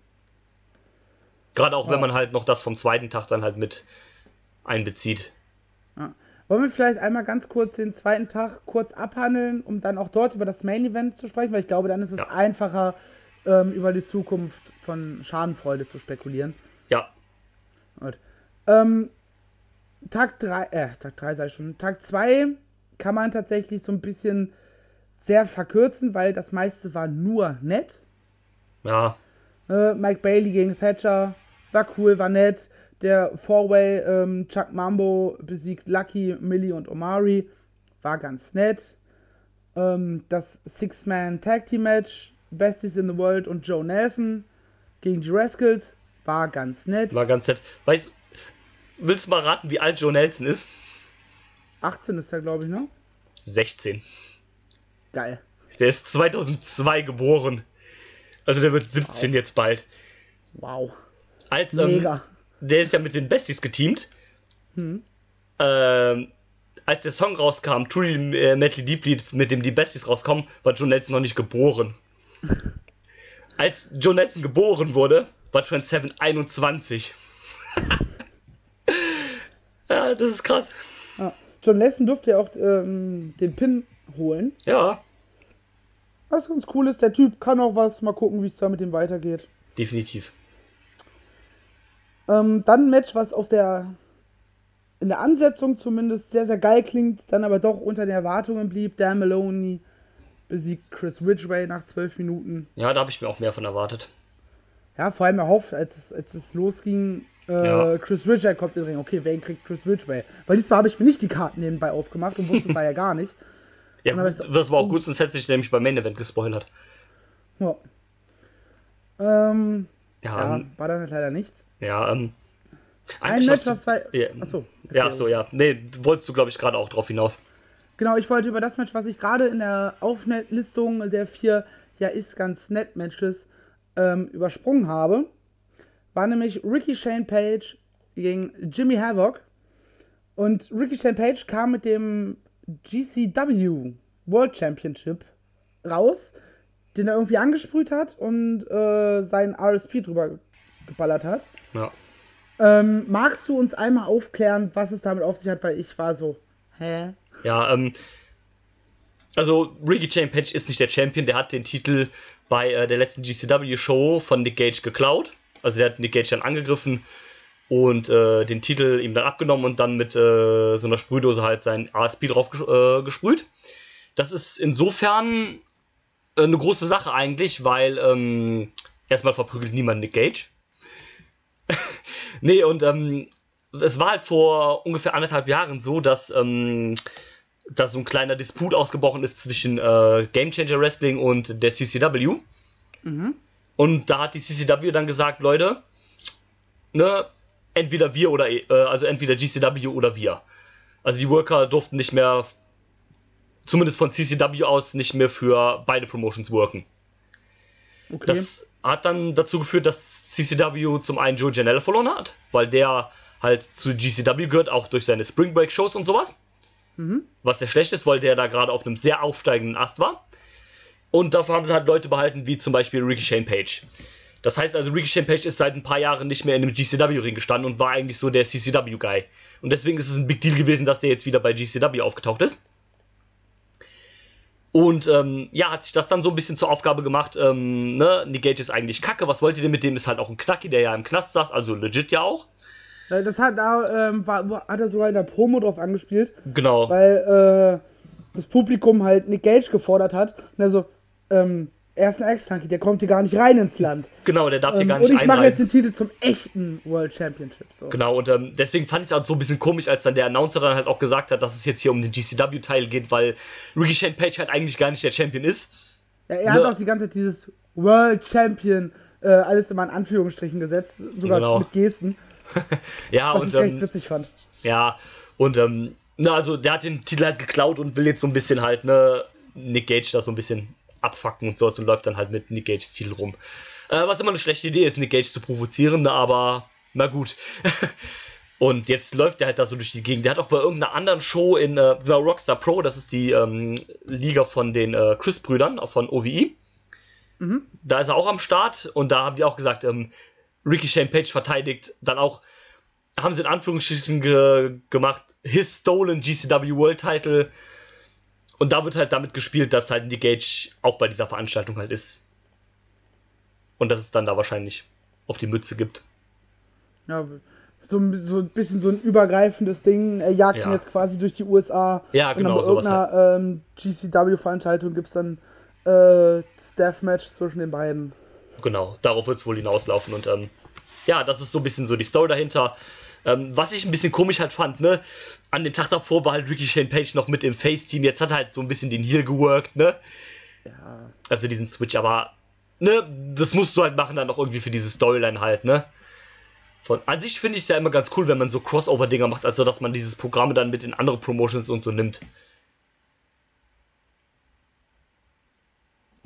[SPEAKER 4] Gerade auch,
[SPEAKER 3] Ja.
[SPEAKER 4] wenn man halt noch das vom zweiten Tag dann halt mit einbezieht.
[SPEAKER 3] Ja. Wollen wir vielleicht einmal ganz kurz den zweiten Tag kurz abhandeln, um dann auch dort über das Main Event zu sprechen, weil ich glaube, dann ist es
[SPEAKER 4] Ja.
[SPEAKER 3] einfacher, ähm, über die Zukunft von Schadenfreude zu spekulieren.
[SPEAKER 4] Ja,
[SPEAKER 3] Gut. Ähm, Tag drei, äh, Tag drei sei schon. Tag zwei kann man tatsächlich so ein bisschen sehr verkürzen, weil das meiste war nur nett.
[SPEAKER 4] ja,
[SPEAKER 3] Äh, Mike Bailey gegen Thatcher war cool, war nett. Der Four-Way ähm, Chuck Mambo besiegt Lucky, Millie und Omari. War ganz nett. Ähm, das Six-Man-Tag-Team-Match Besties in the World und Joe Nelson gegen die Rascals war ganz nett.
[SPEAKER 4] war ganz nett. Weißt, willst du mal raten, wie alt Joe Nelson ist?
[SPEAKER 3] achtzehn ist er, glaube ich, ne?
[SPEAKER 4] sechzehn.
[SPEAKER 3] Geil.
[SPEAKER 4] Der ist zweitausendzwei geboren. Also der wird siebzehn wow. jetzt bald.
[SPEAKER 3] Wow.
[SPEAKER 4] Als, ähm, Mega. Der ist ja mit den Besties geteamt. Hm. Ähm, als der Song rauskam, Truly äh, Metal Deeply, mit dem die Besties rauskommen, war Joe Nelson noch nicht geboren. Als Joe Nelson geboren wurde, war Trent Seven einundzwanzig. Ja, das ist krass.
[SPEAKER 3] Ja. John Nelson durfte ja auch ähm, den Pin holen.
[SPEAKER 4] Ja.
[SPEAKER 3] Was ganz cool ist, der Typ kann auch was. Mal gucken, wie es da mit dem weitergeht.
[SPEAKER 4] Definitiv.
[SPEAKER 3] Ähm, dann ein Match, was auf der in der Ansetzung zumindest sehr, sehr geil klingt, dann aber doch unter den Erwartungen blieb. Dan Maloney besiegt Chris Ridgway nach zwölf Minuten.
[SPEAKER 4] Ja, da habe ich mir auch mehr von erwartet.
[SPEAKER 3] Ja, vor allem erhofft, als es, als es losging, äh, ja. Chris Ridgway kommt in den Ring. Okay, wen kriegt Chris Ridgway? Weil diesmal habe ich mir nicht die Karten nebenbei aufgemacht und wusste es da ja gar nicht.
[SPEAKER 4] Ja, gut, so, das war auch gut, sonst hätte ich nämlich beim Main Event gespoilert.
[SPEAKER 3] Ja. Ähm,
[SPEAKER 4] ja,
[SPEAKER 3] ja, war dann halt leider nichts.
[SPEAKER 4] Ja, ähm.
[SPEAKER 3] Ein Match, was zwei.
[SPEAKER 4] Ja,
[SPEAKER 3] achso.
[SPEAKER 4] Ja, achso, ja. Nee, wolltest du, glaube ich, gerade auch drauf hinaus.
[SPEAKER 3] Genau, ich wollte über das Match, was ich gerade in der Auflistung der vier ja ist ganz nett Matches ähm, übersprungen habe, war nämlich Ricky Shane Page gegen Jimmy Havoc. Und Ricky Shane Page kam mit dem G C W World Championship raus, den er irgendwie angesprüht hat und äh, seinen R S P drüber geballert hat.
[SPEAKER 4] Ja.
[SPEAKER 3] Ähm, magst du uns einmal aufklären, was es damit auf sich hat, weil ich war so, hä?
[SPEAKER 4] Ja, ähm, also Ricky Shane Page ist nicht der Champion, der hat den Titel bei äh, der letzten G C W-Show von Nick Gage geklaut. Also der hat Nick Gage dann angegriffen und äh, den Titel ihm dann abgenommen und dann mit äh, so einer Sprühdose halt sein R S P drauf ges- äh, gesprüht. Das ist insofern äh, eine große Sache eigentlich, weil ähm, erstmal verprügelt niemand Nick Gage. Nee, und ähm, es war halt vor ungefähr anderthalb Jahren so, dass, ähm, dass so ein kleiner Disput ausgebrochen ist zwischen äh, Game Changer Wrestling und der C C W. Mhm. Und da hat die C C W dann gesagt, Leute, ne, entweder wir oder, äh, also entweder G C W oder wir. Also die Worker durften nicht mehr, zumindest von C C W aus, nicht mehr für beide Promotions worken. Okay. Das hat dann dazu geführt, dass C C W zum einen Joe Janela verloren hat, weil der halt zu G C W gehört, auch durch seine Spring Break Shows und sowas. Mhm. Was sehr schlecht ist, weil der da gerade auf einem sehr aufsteigenden Ast war. Und dafür haben sie halt Leute behalten, wie zum Beispiel Ricky Shane Page. Das heißt also, Ricky Shane Page ist seit ein paar Jahren nicht mehr in einem G C W-Ring gestanden und war eigentlich so der C C W-Guy. Und deswegen ist es ein Big Deal gewesen, dass der jetzt wieder bei G C W aufgetaucht ist. Und ähm, ja, hat sich das dann so ein bisschen zur Aufgabe gemacht, ähm, ne, Nick Gage ist eigentlich kacke, was wollt ihr denn mit dem? Ist halt auch ein Knacki, der ja im Knast saß, also legit ja auch.
[SPEAKER 3] Das hat, ähm, war, hat er sogar in der Promo drauf angespielt.
[SPEAKER 4] Genau.
[SPEAKER 3] Weil äh, das Publikum halt Nick Gage gefordert hat. Und er so, ähm, er ist ein Ex-Knacki, der kommt hier gar nicht rein ins Land.
[SPEAKER 4] Genau, der darf hier
[SPEAKER 3] ähm,
[SPEAKER 4] gar nicht
[SPEAKER 3] Und ich mache
[SPEAKER 4] einreisen.
[SPEAKER 3] jetzt den Titel zum echten World Championship. So.
[SPEAKER 4] Genau, und ähm, deswegen fand ich es auch so ein bisschen komisch, als dann der Announcer dann halt auch gesagt hat, dass es jetzt hier um den G C W-Teil geht, weil Ricky Shane Page halt eigentlich gar nicht der Champion ist.
[SPEAKER 3] Ja, er ne? hat auch die ganze Zeit dieses World Champion äh, alles immer in Anführungsstrichen gesetzt, sogar genau. mit Gesten.
[SPEAKER 4] Ja,
[SPEAKER 3] was
[SPEAKER 4] und,
[SPEAKER 3] ich recht
[SPEAKER 4] ähm,
[SPEAKER 3] witzig fand.
[SPEAKER 4] Ja, und ähm, na, also der hat den Titel halt geklaut und will jetzt so ein bisschen halt, ne, Nick Gage da so ein bisschen abfucken und sowas und läuft dann halt mit Nick Gages Titel rum. Äh, was immer eine schlechte Idee ist, Nick Gage zu provozieren, aber na gut. Und jetzt läuft der halt da so durch die Gegend. Der hat auch bei irgendeiner anderen Show in äh, Rockstar Pro, das ist die ähm, Liga von den äh, Chris-Brüdern, von O V E. Mhm. Da ist er auch am Start und da haben die auch gesagt, ähm, Ricky Shane Page verteidigt dann auch, haben sie in Anführungsstrichen ge- gemacht, his stolen G C W World Title. Und da wird halt damit gespielt, dass halt Nick Gage auch bei dieser Veranstaltung halt ist. Und dass es dann da wahrscheinlich auf die Mütze gibt.
[SPEAKER 3] Ja, so, so ein bisschen so ein übergreifendes Ding. Er jagt
[SPEAKER 4] ja.
[SPEAKER 3] ihn jetzt quasi durch die U S A.
[SPEAKER 4] Ja, genau.
[SPEAKER 3] Und dann bei
[SPEAKER 4] sowas
[SPEAKER 3] irgendeiner
[SPEAKER 4] halt.
[SPEAKER 3] ähm, G C W-Veranstaltung gibt es dann äh, das Deathmatch zwischen den beiden.
[SPEAKER 4] Genau, darauf wird es wohl hinauslaufen. Und ähm, ja, das ist so ein bisschen so die Story dahinter. Ähm, was ich ein bisschen komisch halt fand, ne, an dem Tag davor war halt Ricky Shane Page noch mit im Face-Team, jetzt hat er halt so ein bisschen den Heel geworkt, ne?
[SPEAKER 3] Ja.
[SPEAKER 4] Also diesen Switch, aber, ne, das musst du halt machen dann auch irgendwie für diese Storyline halt, ne? Von, an sich finde ich es ja immer ganz cool, wenn man so Crossover-Dinger macht, also dass man dieses Programm dann mit in andere Promotions und so nimmt.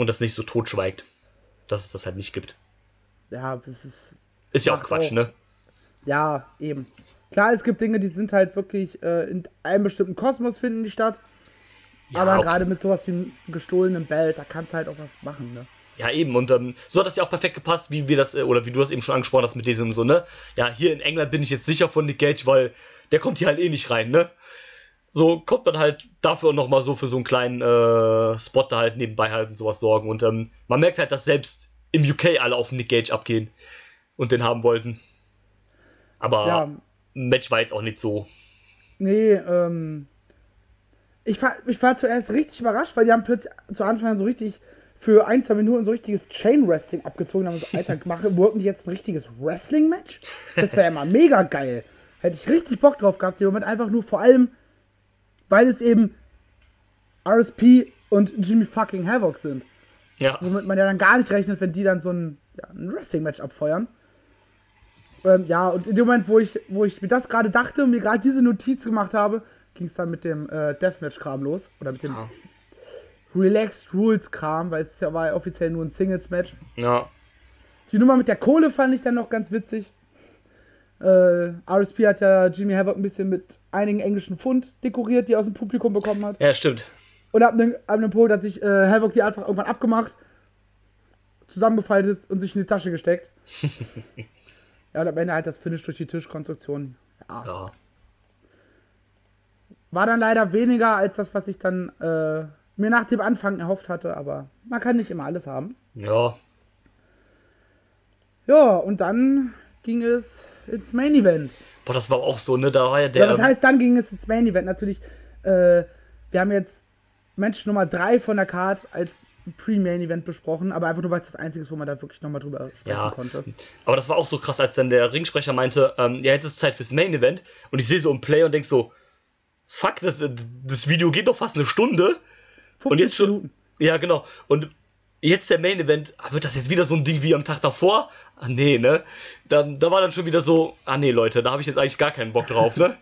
[SPEAKER 4] und das nicht so totschweigt, dass es das halt nicht gibt.
[SPEAKER 3] Ja, das ist...
[SPEAKER 4] Ist ja auch Quatsch, auch, ne?
[SPEAKER 3] Ja, eben. Klar, es gibt Dinge, die sind halt wirklich äh, in einem bestimmten Kosmos finden die statt. Ja, aber okay. Gerade mit sowas wie einem gestohlenen Belt, da kannst du halt auch was machen, ne?
[SPEAKER 4] Ja, eben. Und ähm, so hat das ja auch perfekt gepasst, wie wir das, oder wie du das eben schon angesprochen hast mit diesem so, ne? Ja, hier in England bin ich jetzt sicher von Nick Gage, weil der kommt hier halt eh nicht rein, ne? So kommt man halt dafür nochmal so für so einen kleinen äh, Spot da halt nebenbei halt und sowas sorgen. Und ähm, man merkt halt, dass selbst im U K alle auf Nick Gage abgehen und den haben wollten. Aber ja. Match war jetzt auch nicht so.
[SPEAKER 3] Nee, ähm. Ich war, ich war zuerst richtig überrascht, weil die haben plötzlich zu Anfang so richtig für ein, zwei Minuten so richtiges Chain-Wrestling abgezogen. Da haben wir so, Alter, machen, worken die jetzt ein richtiges Wrestling-Match? Das wäre ja mal mega geil. Hätte ich richtig Bock drauf gehabt, im Moment einfach nur vor allem, weil es eben R S P und Jimmy fucking Havoc sind.
[SPEAKER 4] Ja.
[SPEAKER 3] Womit man ja dann gar nicht rechnet, wenn die dann so ein, ja, ein Wrestling-Match abfeuern. Ähm, ja, und in dem Moment, wo ich, wo ich mir das gerade dachte und mir gerade diese Notiz gemacht habe, ging es dann mit dem äh, Deathmatch-Kram los. Oder mit dem ja. Relaxed Rules-Kram, weil es ja war ja offiziell nur ein Singles-Match.
[SPEAKER 4] Ja.
[SPEAKER 3] Die Nummer mit der Kohle fand ich dann noch ganz witzig. Äh, R S P hat ja Jimmy Havoc ein bisschen mit einigen englischen Pfund dekoriert, die er aus dem Publikum bekommen hat.
[SPEAKER 4] Ja, stimmt.
[SPEAKER 3] Und ab einem, ab einem Punkt hat sich äh, Havoc die einfach irgendwann abgemacht, zusammengefaltet und sich in die Tasche gesteckt. Ja, und am Ende halt das Finish durch die Tischkonstruktion. Ja.
[SPEAKER 4] ja.
[SPEAKER 3] War dann leider weniger als das, was ich dann äh, mir nach dem Anfang erhofft hatte, aber man kann nicht immer alles haben.
[SPEAKER 4] Ja.
[SPEAKER 3] Ja, und dann ging es ins Main Event.
[SPEAKER 4] Boah, das war auch so, ne? Da war ja der.
[SPEAKER 3] Ja, das heißt, dann ging es ins Main Event. Natürlich, äh, wir haben jetzt Match Nummer drei von der Card als Pre-Main-Event besprochen, aber einfach nur, weil es das Einzige ist, wo man da wirklich nochmal drüber sprechen
[SPEAKER 4] ja,
[SPEAKER 3] konnte.
[SPEAKER 4] Aber das war auch so krass, als dann der Ringsprecher meinte, ähm, ja, jetzt ist Zeit fürs Main-Event und ich sehe so einen Play und denk so, fuck, das, das Video geht doch fast eine Stunde. Und jetzt schon,
[SPEAKER 3] Minuten.
[SPEAKER 4] Ja, genau. Und jetzt der Main-Event, wird das jetzt wieder so ein Ding wie am Tag davor? Ah, nee, ne? Da, da war dann schon wieder so, ah, nee, Leute, da habe ich jetzt eigentlich gar keinen Bock drauf, ne?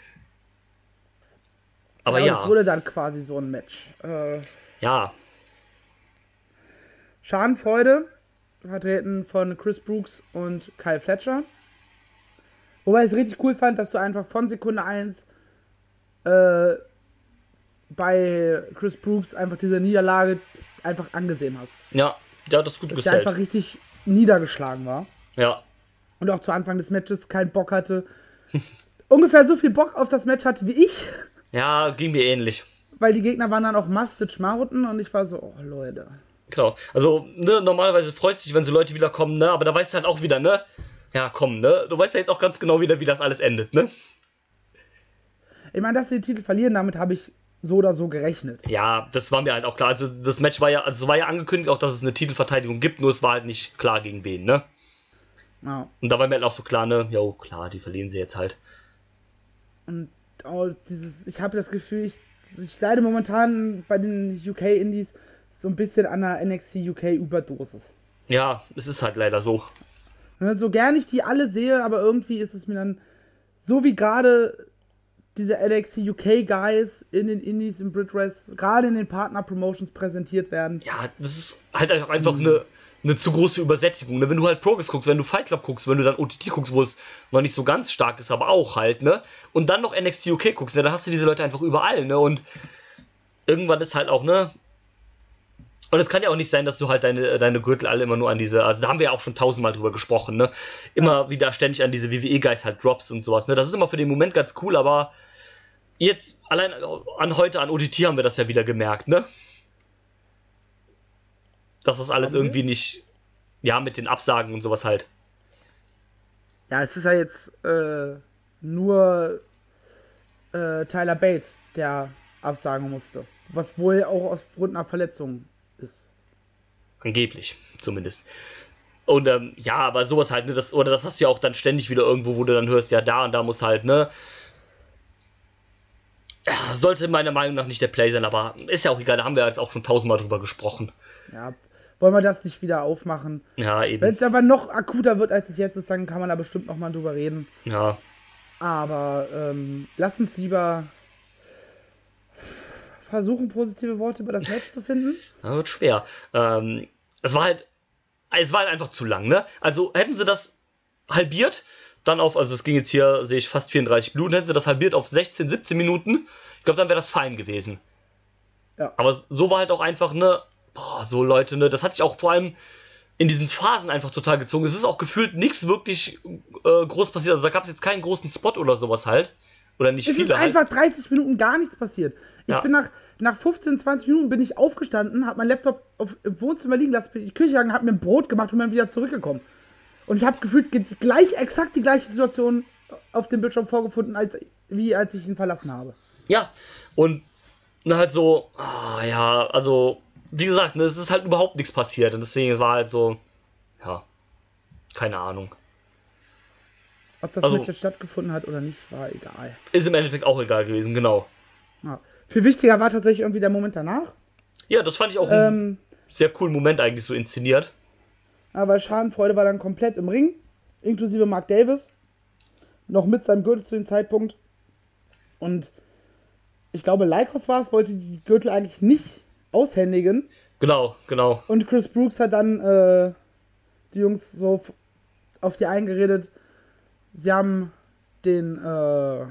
[SPEAKER 4] Aber ja.
[SPEAKER 3] ja. Es wurde dann quasi so ein Match. Äh,
[SPEAKER 4] ja.
[SPEAKER 3] Schadenfreude, vertreten von Chris Brooks und Kyle Fletcher. Wobei ich es richtig cool fand, dass du einfach von Sekunde eins äh, bei Chris Brooks einfach diese Niederlage einfach angesehen hast.
[SPEAKER 4] Ja, ja, das ist gut
[SPEAKER 3] dass
[SPEAKER 4] gesellt.
[SPEAKER 3] Dass er einfach richtig niedergeschlagen war.
[SPEAKER 4] Ja.
[SPEAKER 3] Und auch zu Anfang des Matches keinen Bock hatte. Ungefähr so viel Bock auf das Match hatte wie ich.
[SPEAKER 4] Ja, ging mir ähnlich.
[SPEAKER 3] Weil die Gegner waren dann auch Mustard Mountain und ich war so, oh Leute.
[SPEAKER 4] Genau, also ne, normalerweise freust du dich, wenn so Leute wiederkommen, ne, aber da weißt du halt auch wieder, ne, ja komm, ne, du weißt ja jetzt auch ganz genau wieder, wie das alles endet, ne.
[SPEAKER 3] Ich meine, dass sie den Titel verlieren, damit habe ich so oder so gerechnet.
[SPEAKER 4] Ja, das war mir halt auch klar, also das Match war ja, also war ja angekündigt auch, dass es eine Titelverteidigung gibt, nur es war halt nicht klar gegen wen, ne.
[SPEAKER 3] Ja.
[SPEAKER 4] Und da war mir halt auch so klar, ne, jo, klar, die verlieren sie jetzt halt.
[SPEAKER 3] Und oh, dieses, ich habe das Gefühl, ich, ich leide momentan bei den U K-Indies so ein bisschen an der N X T U K-Überdosis.
[SPEAKER 4] Ja, es ist halt leider so.
[SPEAKER 3] So gern ich die alle sehe, aber irgendwie ist es mir dann, so wie gerade diese N X T U K-Guys in den Indies, im Brit-Rest, gerade in den Partner-Promotions präsentiert werden.
[SPEAKER 4] Ja, das ist halt einfach mhm. eine, eine zu große Übersättigung. Ne? Wenn du halt Progress guckst, wenn du Fight Club guckst, wenn du dann O T T guckst, wo es noch nicht so ganz stark ist, aber auch halt, ne? Und dann noch N X T U K guckst, ne? Dann hast du diese Leute einfach überall, ne? Und irgendwann ist halt auch, ne? Und es kann ja auch nicht sein, dass du halt deine, deine Gürtel alle immer nur an diese, also da haben wir ja auch schon tausendmal drüber gesprochen, ne? Immer ja. wieder ständig an diese W W E-Guys halt Drops und sowas, ne? Das ist immer für den Moment ganz cool, aber jetzt allein an heute, an O T T haben wir das ja wieder gemerkt, ne? Dass das alles haben irgendwie wir? nicht, ja, mit den Absagen und sowas halt.
[SPEAKER 3] Ja, es ist ja jetzt äh, nur äh, Tyler Bate, der absagen musste. Was wohl auch aufgrund einer Verletzung ist.
[SPEAKER 4] Angeblich, zumindest. Und ähm, ja, aber sowas halt, ne, das, oder das hast du ja auch dann ständig wieder irgendwo, wo du dann hörst, ja, da und da muss halt, ne, ja, sollte meiner Meinung nach nicht der Play sein, aber ist ja auch egal, da haben wir jetzt auch schon tausendmal drüber gesprochen.
[SPEAKER 3] Ja, wollen wir das nicht wieder aufmachen?
[SPEAKER 4] Ja, eben.
[SPEAKER 3] Wenn es aber noch akuter wird, als es jetzt ist, dann kann man da bestimmt nochmal drüber reden.
[SPEAKER 4] Ja.
[SPEAKER 3] Aber ähm, lass uns lieber versuchen, positive Worte über das Match zu finden?
[SPEAKER 4] Das wird schwer. Ähm, es war halt, es war halt einfach zu lang, ne? Also hätten sie das halbiert, dann auf, also es ging jetzt hier, sehe ich, fast vierunddreißig Minuten, hätten sie das halbiert auf sechzehn, siebzehn Minuten, ich glaube, dann wäre das fein gewesen.
[SPEAKER 3] Ja.
[SPEAKER 4] Aber so war halt auch einfach, ne, boah, so Leute, ne, das hat sich auch vor allem in diesen Phasen einfach total gezogen. Es ist auch gefühlt nichts wirklich äh, groß passiert, also da gab es jetzt keinen großen Spot oder sowas halt. Oder nicht
[SPEAKER 3] es
[SPEAKER 4] viele
[SPEAKER 3] ist einfach
[SPEAKER 4] halt.
[SPEAKER 3] dreißig Minuten gar nichts passiert. Ich
[SPEAKER 4] Ja.
[SPEAKER 3] bin nach, nach fünfzehn, zwanzig Minuten bin ich aufgestanden, habe meinen Laptop auf, im Wohnzimmer liegen lassen, bin in die Küche gegangen, habe mir ein Brot gemacht und bin wieder zurückgekommen. Und ich habe gefühlt ge- gleich, exakt die gleiche Situation auf dem Bildschirm vorgefunden, als, wie als ich ihn verlassen habe.
[SPEAKER 4] Ja, und na, halt so, ah, ja, also, wie gesagt, ne, es ist halt überhaupt nichts passiert. Und deswegen, es war halt so, ja, keine Ahnung.
[SPEAKER 3] Ob das
[SPEAKER 4] Also-
[SPEAKER 3] Match jetzt stattgefunden hat oder nicht, war egal.
[SPEAKER 4] Ist im Endeffekt auch egal gewesen, genau.
[SPEAKER 3] Ja. Viel wichtiger war tatsächlich irgendwie der Moment danach.
[SPEAKER 4] Ja, das fand ich auch einen
[SPEAKER 3] Ähm,
[SPEAKER 4] sehr coolen Moment eigentlich so inszeniert.
[SPEAKER 3] aber Schadenfreude war dann komplett im Ring, inklusive Mark Davis. Noch mit seinem Gürtel zu dem Zeitpunkt. Und ich glaube, Lykos war es, wollte die Gürtel eigentlich nicht aushändigen.
[SPEAKER 4] Genau, genau.
[SPEAKER 3] Und Chris Brooks hat dann äh, die Jungs so f- auf die eingeredet. Sie haben den äh,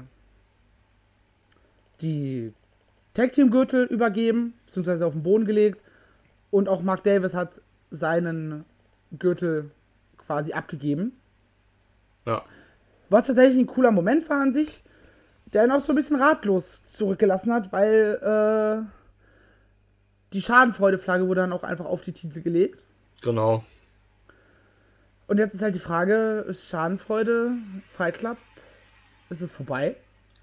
[SPEAKER 3] die Tag Team Gürtel übergeben, beziehungsweise auf den Boden gelegt. Und auch Mark Davis hat seinen Gürtel quasi abgegeben.
[SPEAKER 4] Ja.
[SPEAKER 3] Was tatsächlich ein cooler Moment war an sich, der ihn auch so ein bisschen ratlos zurückgelassen hat, weil äh, die Schadenfreude-Flagge wurde dann auch einfach auf die Titel gelegt.
[SPEAKER 4] Genau.
[SPEAKER 3] Und jetzt ist halt die Frage, ist Schadenfreude, Fight Club, ist es vorbei?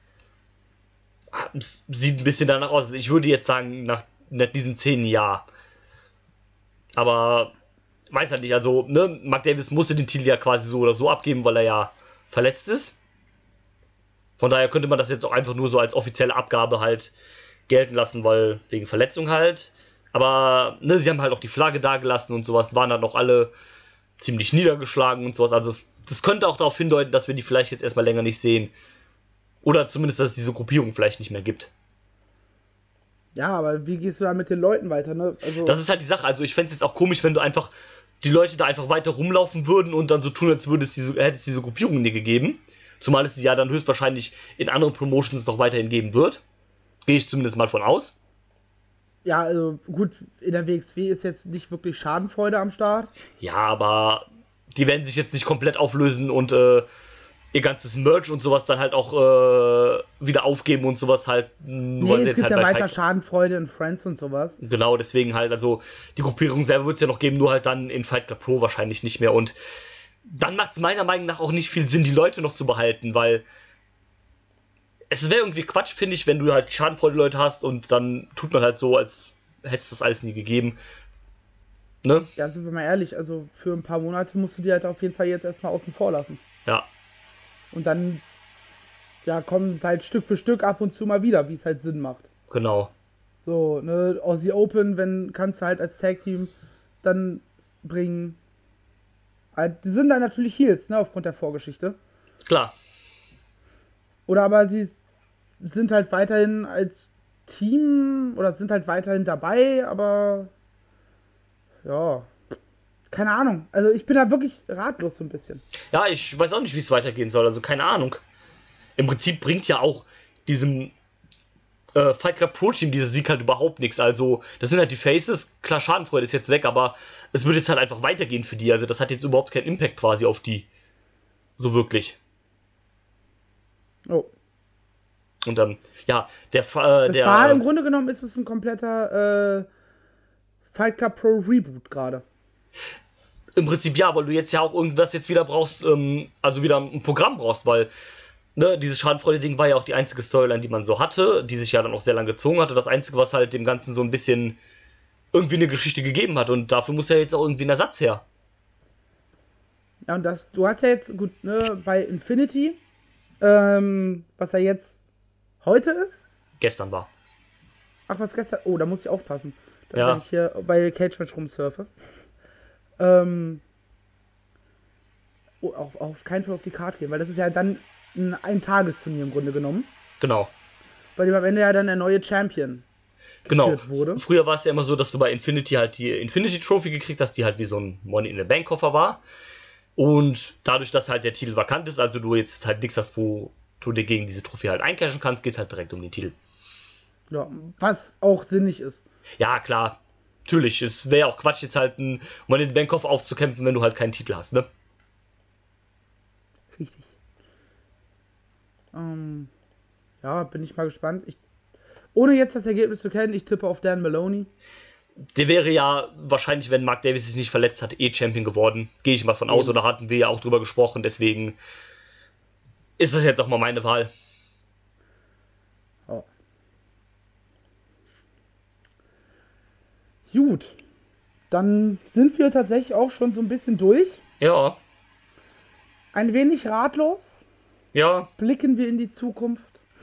[SPEAKER 4] Es sieht ein bisschen danach aus. Ich würde jetzt sagen, nach, nach diesen zehn Jahren. Aber weiß halt nicht, also, ne, Mark Davis musste den Titel ja quasi so oder so abgeben, weil er ja verletzt ist. Von daher könnte man das jetzt auch einfach nur so als offizielle Abgabe halt gelten lassen, weil wegen Verletzung halt. Aber, ne, sie haben halt auch die Flagge dagelassen und sowas, waren dann auch alle ziemlich niedergeschlagen und sowas. Also, das, das könnte auch darauf hindeuten, dass wir die vielleicht jetzt erstmal länger nicht sehen. Oder zumindest, dass es diese Gruppierung vielleicht nicht mehr gibt.
[SPEAKER 3] Ja, aber wie gehst du da mit den Leuten weiter, ne? Also,
[SPEAKER 4] Das ist halt die Sache. Also ich fände es jetzt auch komisch, wenn du einfach die Leute da einfach weiter rumlaufen würden und dann so tun, als würde es diese, hätte es diese Gruppierung nie gegeben. Zumal es sie ja dann höchstwahrscheinlich in anderen Promotions noch weiterhin geben wird. Gehe ich zumindest mal von aus.
[SPEAKER 3] ja, also gut, in der W X W ist jetzt nicht wirklich Schadenfreude am Start.
[SPEAKER 4] Ja, aber die werden sich jetzt nicht komplett auflösen und äh, ihr ganzes Merch und sowas dann halt auch äh, wieder aufgeben und sowas halt. Nur weil
[SPEAKER 3] Nee,
[SPEAKER 4] sie
[SPEAKER 3] es gibt
[SPEAKER 4] jetzt
[SPEAKER 3] ja
[SPEAKER 4] halt bei
[SPEAKER 3] weiter
[SPEAKER 4] Fight-
[SPEAKER 3] Schadenfreude in Friends und sowas.
[SPEAKER 4] Genau, deswegen halt, also die Gruppierung selber wird es ja noch geben, nur halt dann in Fight Club Pro wahrscheinlich nicht mehr. Und dann macht es meiner Meinung nach auch nicht viel Sinn, die Leute noch zu behalten, weil es wäre irgendwie Quatsch, finde ich, wenn du halt Schadenfreude-Leute hast und dann tut man halt so, als hätte es das alles nie gegeben. Ne?
[SPEAKER 3] Ja, sind wir mal ehrlich, also für ein paar Monate musst du die halt auf jeden Fall jetzt erstmal außen vor lassen.
[SPEAKER 4] Ja,
[SPEAKER 3] Und dann, ja, kommen es halt Stück für Stück ab und zu mal wieder, wie es halt Sinn macht.
[SPEAKER 4] genau.
[SPEAKER 3] So, ne, Aussie Open, wenn, kannst du halt als Tag-Team dann bringen. Halt, die sind dann natürlich Heels, ne, aufgrund der Vorgeschichte.
[SPEAKER 4] Klar.
[SPEAKER 3] Oder aber sie s- sind halt weiterhin als Team oder sind halt weiterhin dabei, aber ja, keine Ahnung. Also ich bin da wirklich ratlos so ein bisschen.
[SPEAKER 4] Ja, ich weiß auch nicht, wie es weitergehen soll, also keine Ahnung. Im Prinzip bringt ja auch diesem äh, Fight Club Pro Team dieser Sieg halt überhaupt nichts. Also, das sind halt die Faces, klar, Schadenfreude ist jetzt weg, aber es wird jetzt halt einfach weitergehen für die. Also, das hat jetzt überhaupt keinen Impact quasi auf die. So wirklich.
[SPEAKER 3] Oh.
[SPEAKER 4] Und ähm, ja, der Fa- äh,
[SPEAKER 3] Das
[SPEAKER 4] der
[SPEAKER 3] war im Grunde genommen ist es ein kompletter äh, Fight Club Pro Reboot gerade.
[SPEAKER 4] Im Prinzip ja, weil du jetzt ja auch irgendwas jetzt wieder brauchst, ähm, also wieder ein Programm brauchst, weil ne, dieses Schadenfreude-Ding war ja auch die einzige Storyline, die man so hatte, die sich ja dann auch sehr lange gezogen hatte. Das Einzige, was halt dem Ganzen so ein bisschen irgendwie eine Geschichte gegeben hat. Und dafür muss ja jetzt auch irgendwie ein Ersatz her.
[SPEAKER 3] Ja, und das, du hast ja jetzt, gut, ne, bei Infinity, ähm, was ja jetzt heute ist.
[SPEAKER 4] Gestern war.
[SPEAKER 3] Ach, was gestern? Oh, da muss ich aufpassen. Da
[SPEAKER 4] Ja.
[SPEAKER 3] wenn ich hier bei Cage Match rumsurfe. Ähm. Oh, auf, auf keinen Fall auf die Karte gehen, weil das ist ja dann ein Ein-Tagesturnier im Grunde genommen.
[SPEAKER 4] Genau.
[SPEAKER 3] Bei dem am Ende ja dann der neue Champion
[SPEAKER 4] Genau.
[SPEAKER 3] wurde.
[SPEAKER 4] Früher war es ja immer so, dass du bei Infinity halt die Infinity Trophy gekriegt hast, die halt wie so ein Money in the Bank Koffer war. Und dadurch, dass halt der Titel vakant ist, also du jetzt halt nichts hast, wo du dir gegen diese Trophäe halt eincashen kannst, geht es halt direkt um den Titel.
[SPEAKER 3] Ja, was auch sinnig ist.
[SPEAKER 4] Ja, klar. Natürlich. Es wäre auch Quatsch, jetzt halt einen Money in the Bank Koffer aufzukämpfen, wenn du halt keinen Titel hast, ne?
[SPEAKER 3] Richtig. Ähm, ja, bin ich mal gespannt. Ich, ohne jetzt das Ergebnis zu kennen, ich tippe auf Dan Maloney.
[SPEAKER 4] Der wäre ja wahrscheinlich, wenn Mark Davis sich nicht verletzt hat, eh Champion geworden. Gehe ich mal von aus, oder hatten wir ja auch drüber gesprochen, deswegen ist das jetzt auch mal meine Wahl.
[SPEAKER 3] Oh. Gut, dann sind wir tatsächlich auch schon so ein bisschen durch.
[SPEAKER 4] Ja.
[SPEAKER 3] Ein wenig ratlos.
[SPEAKER 4] Ja.
[SPEAKER 3] Blicken wir in die Zukunft.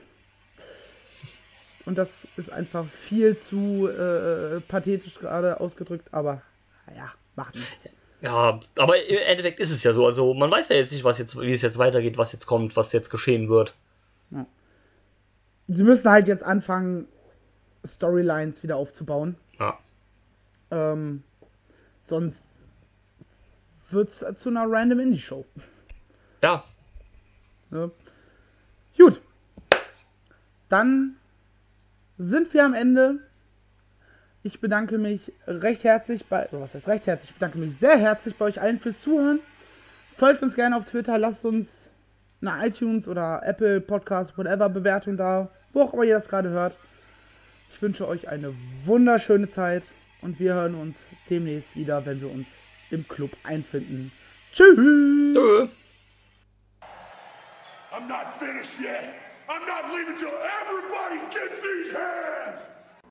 [SPEAKER 3] Und das ist einfach viel zu äh, pathetisch gerade ausgedrückt, aber naja, macht nichts.
[SPEAKER 4] Ja, aber im Endeffekt ist es ja so. Also man weiß ja jetzt nicht, was jetzt, wie es jetzt weitergeht, was jetzt kommt, was jetzt geschehen wird.
[SPEAKER 3] Ja. Sie müssen halt jetzt anfangen, Storylines wieder aufzubauen.
[SPEAKER 4] Ja.
[SPEAKER 3] Ähm, sonst wird es zu einer random Indie-Show.
[SPEAKER 4] Ja.
[SPEAKER 3] Ja. Gut. Dann sind wir am Ende. Ich bedanke mich recht herzlich bei, oder was heißt recht herzlich, ich bedanke mich sehr herzlich bei euch allen fürs Zuhören. Folgt uns gerne auf Twitter, lasst uns eine iTunes oder Apple Podcast, whatever Bewertung da, wo auch immer ihr das gerade hört. Ich wünsche euch eine wunderschöne Zeit und wir hören uns demnächst wieder, wenn wir uns im Club einfinden. Tschüss!
[SPEAKER 4] Tschö.
[SPEAKER 2] I'm not finished yet. I'm not leaving till everybody gets these hands.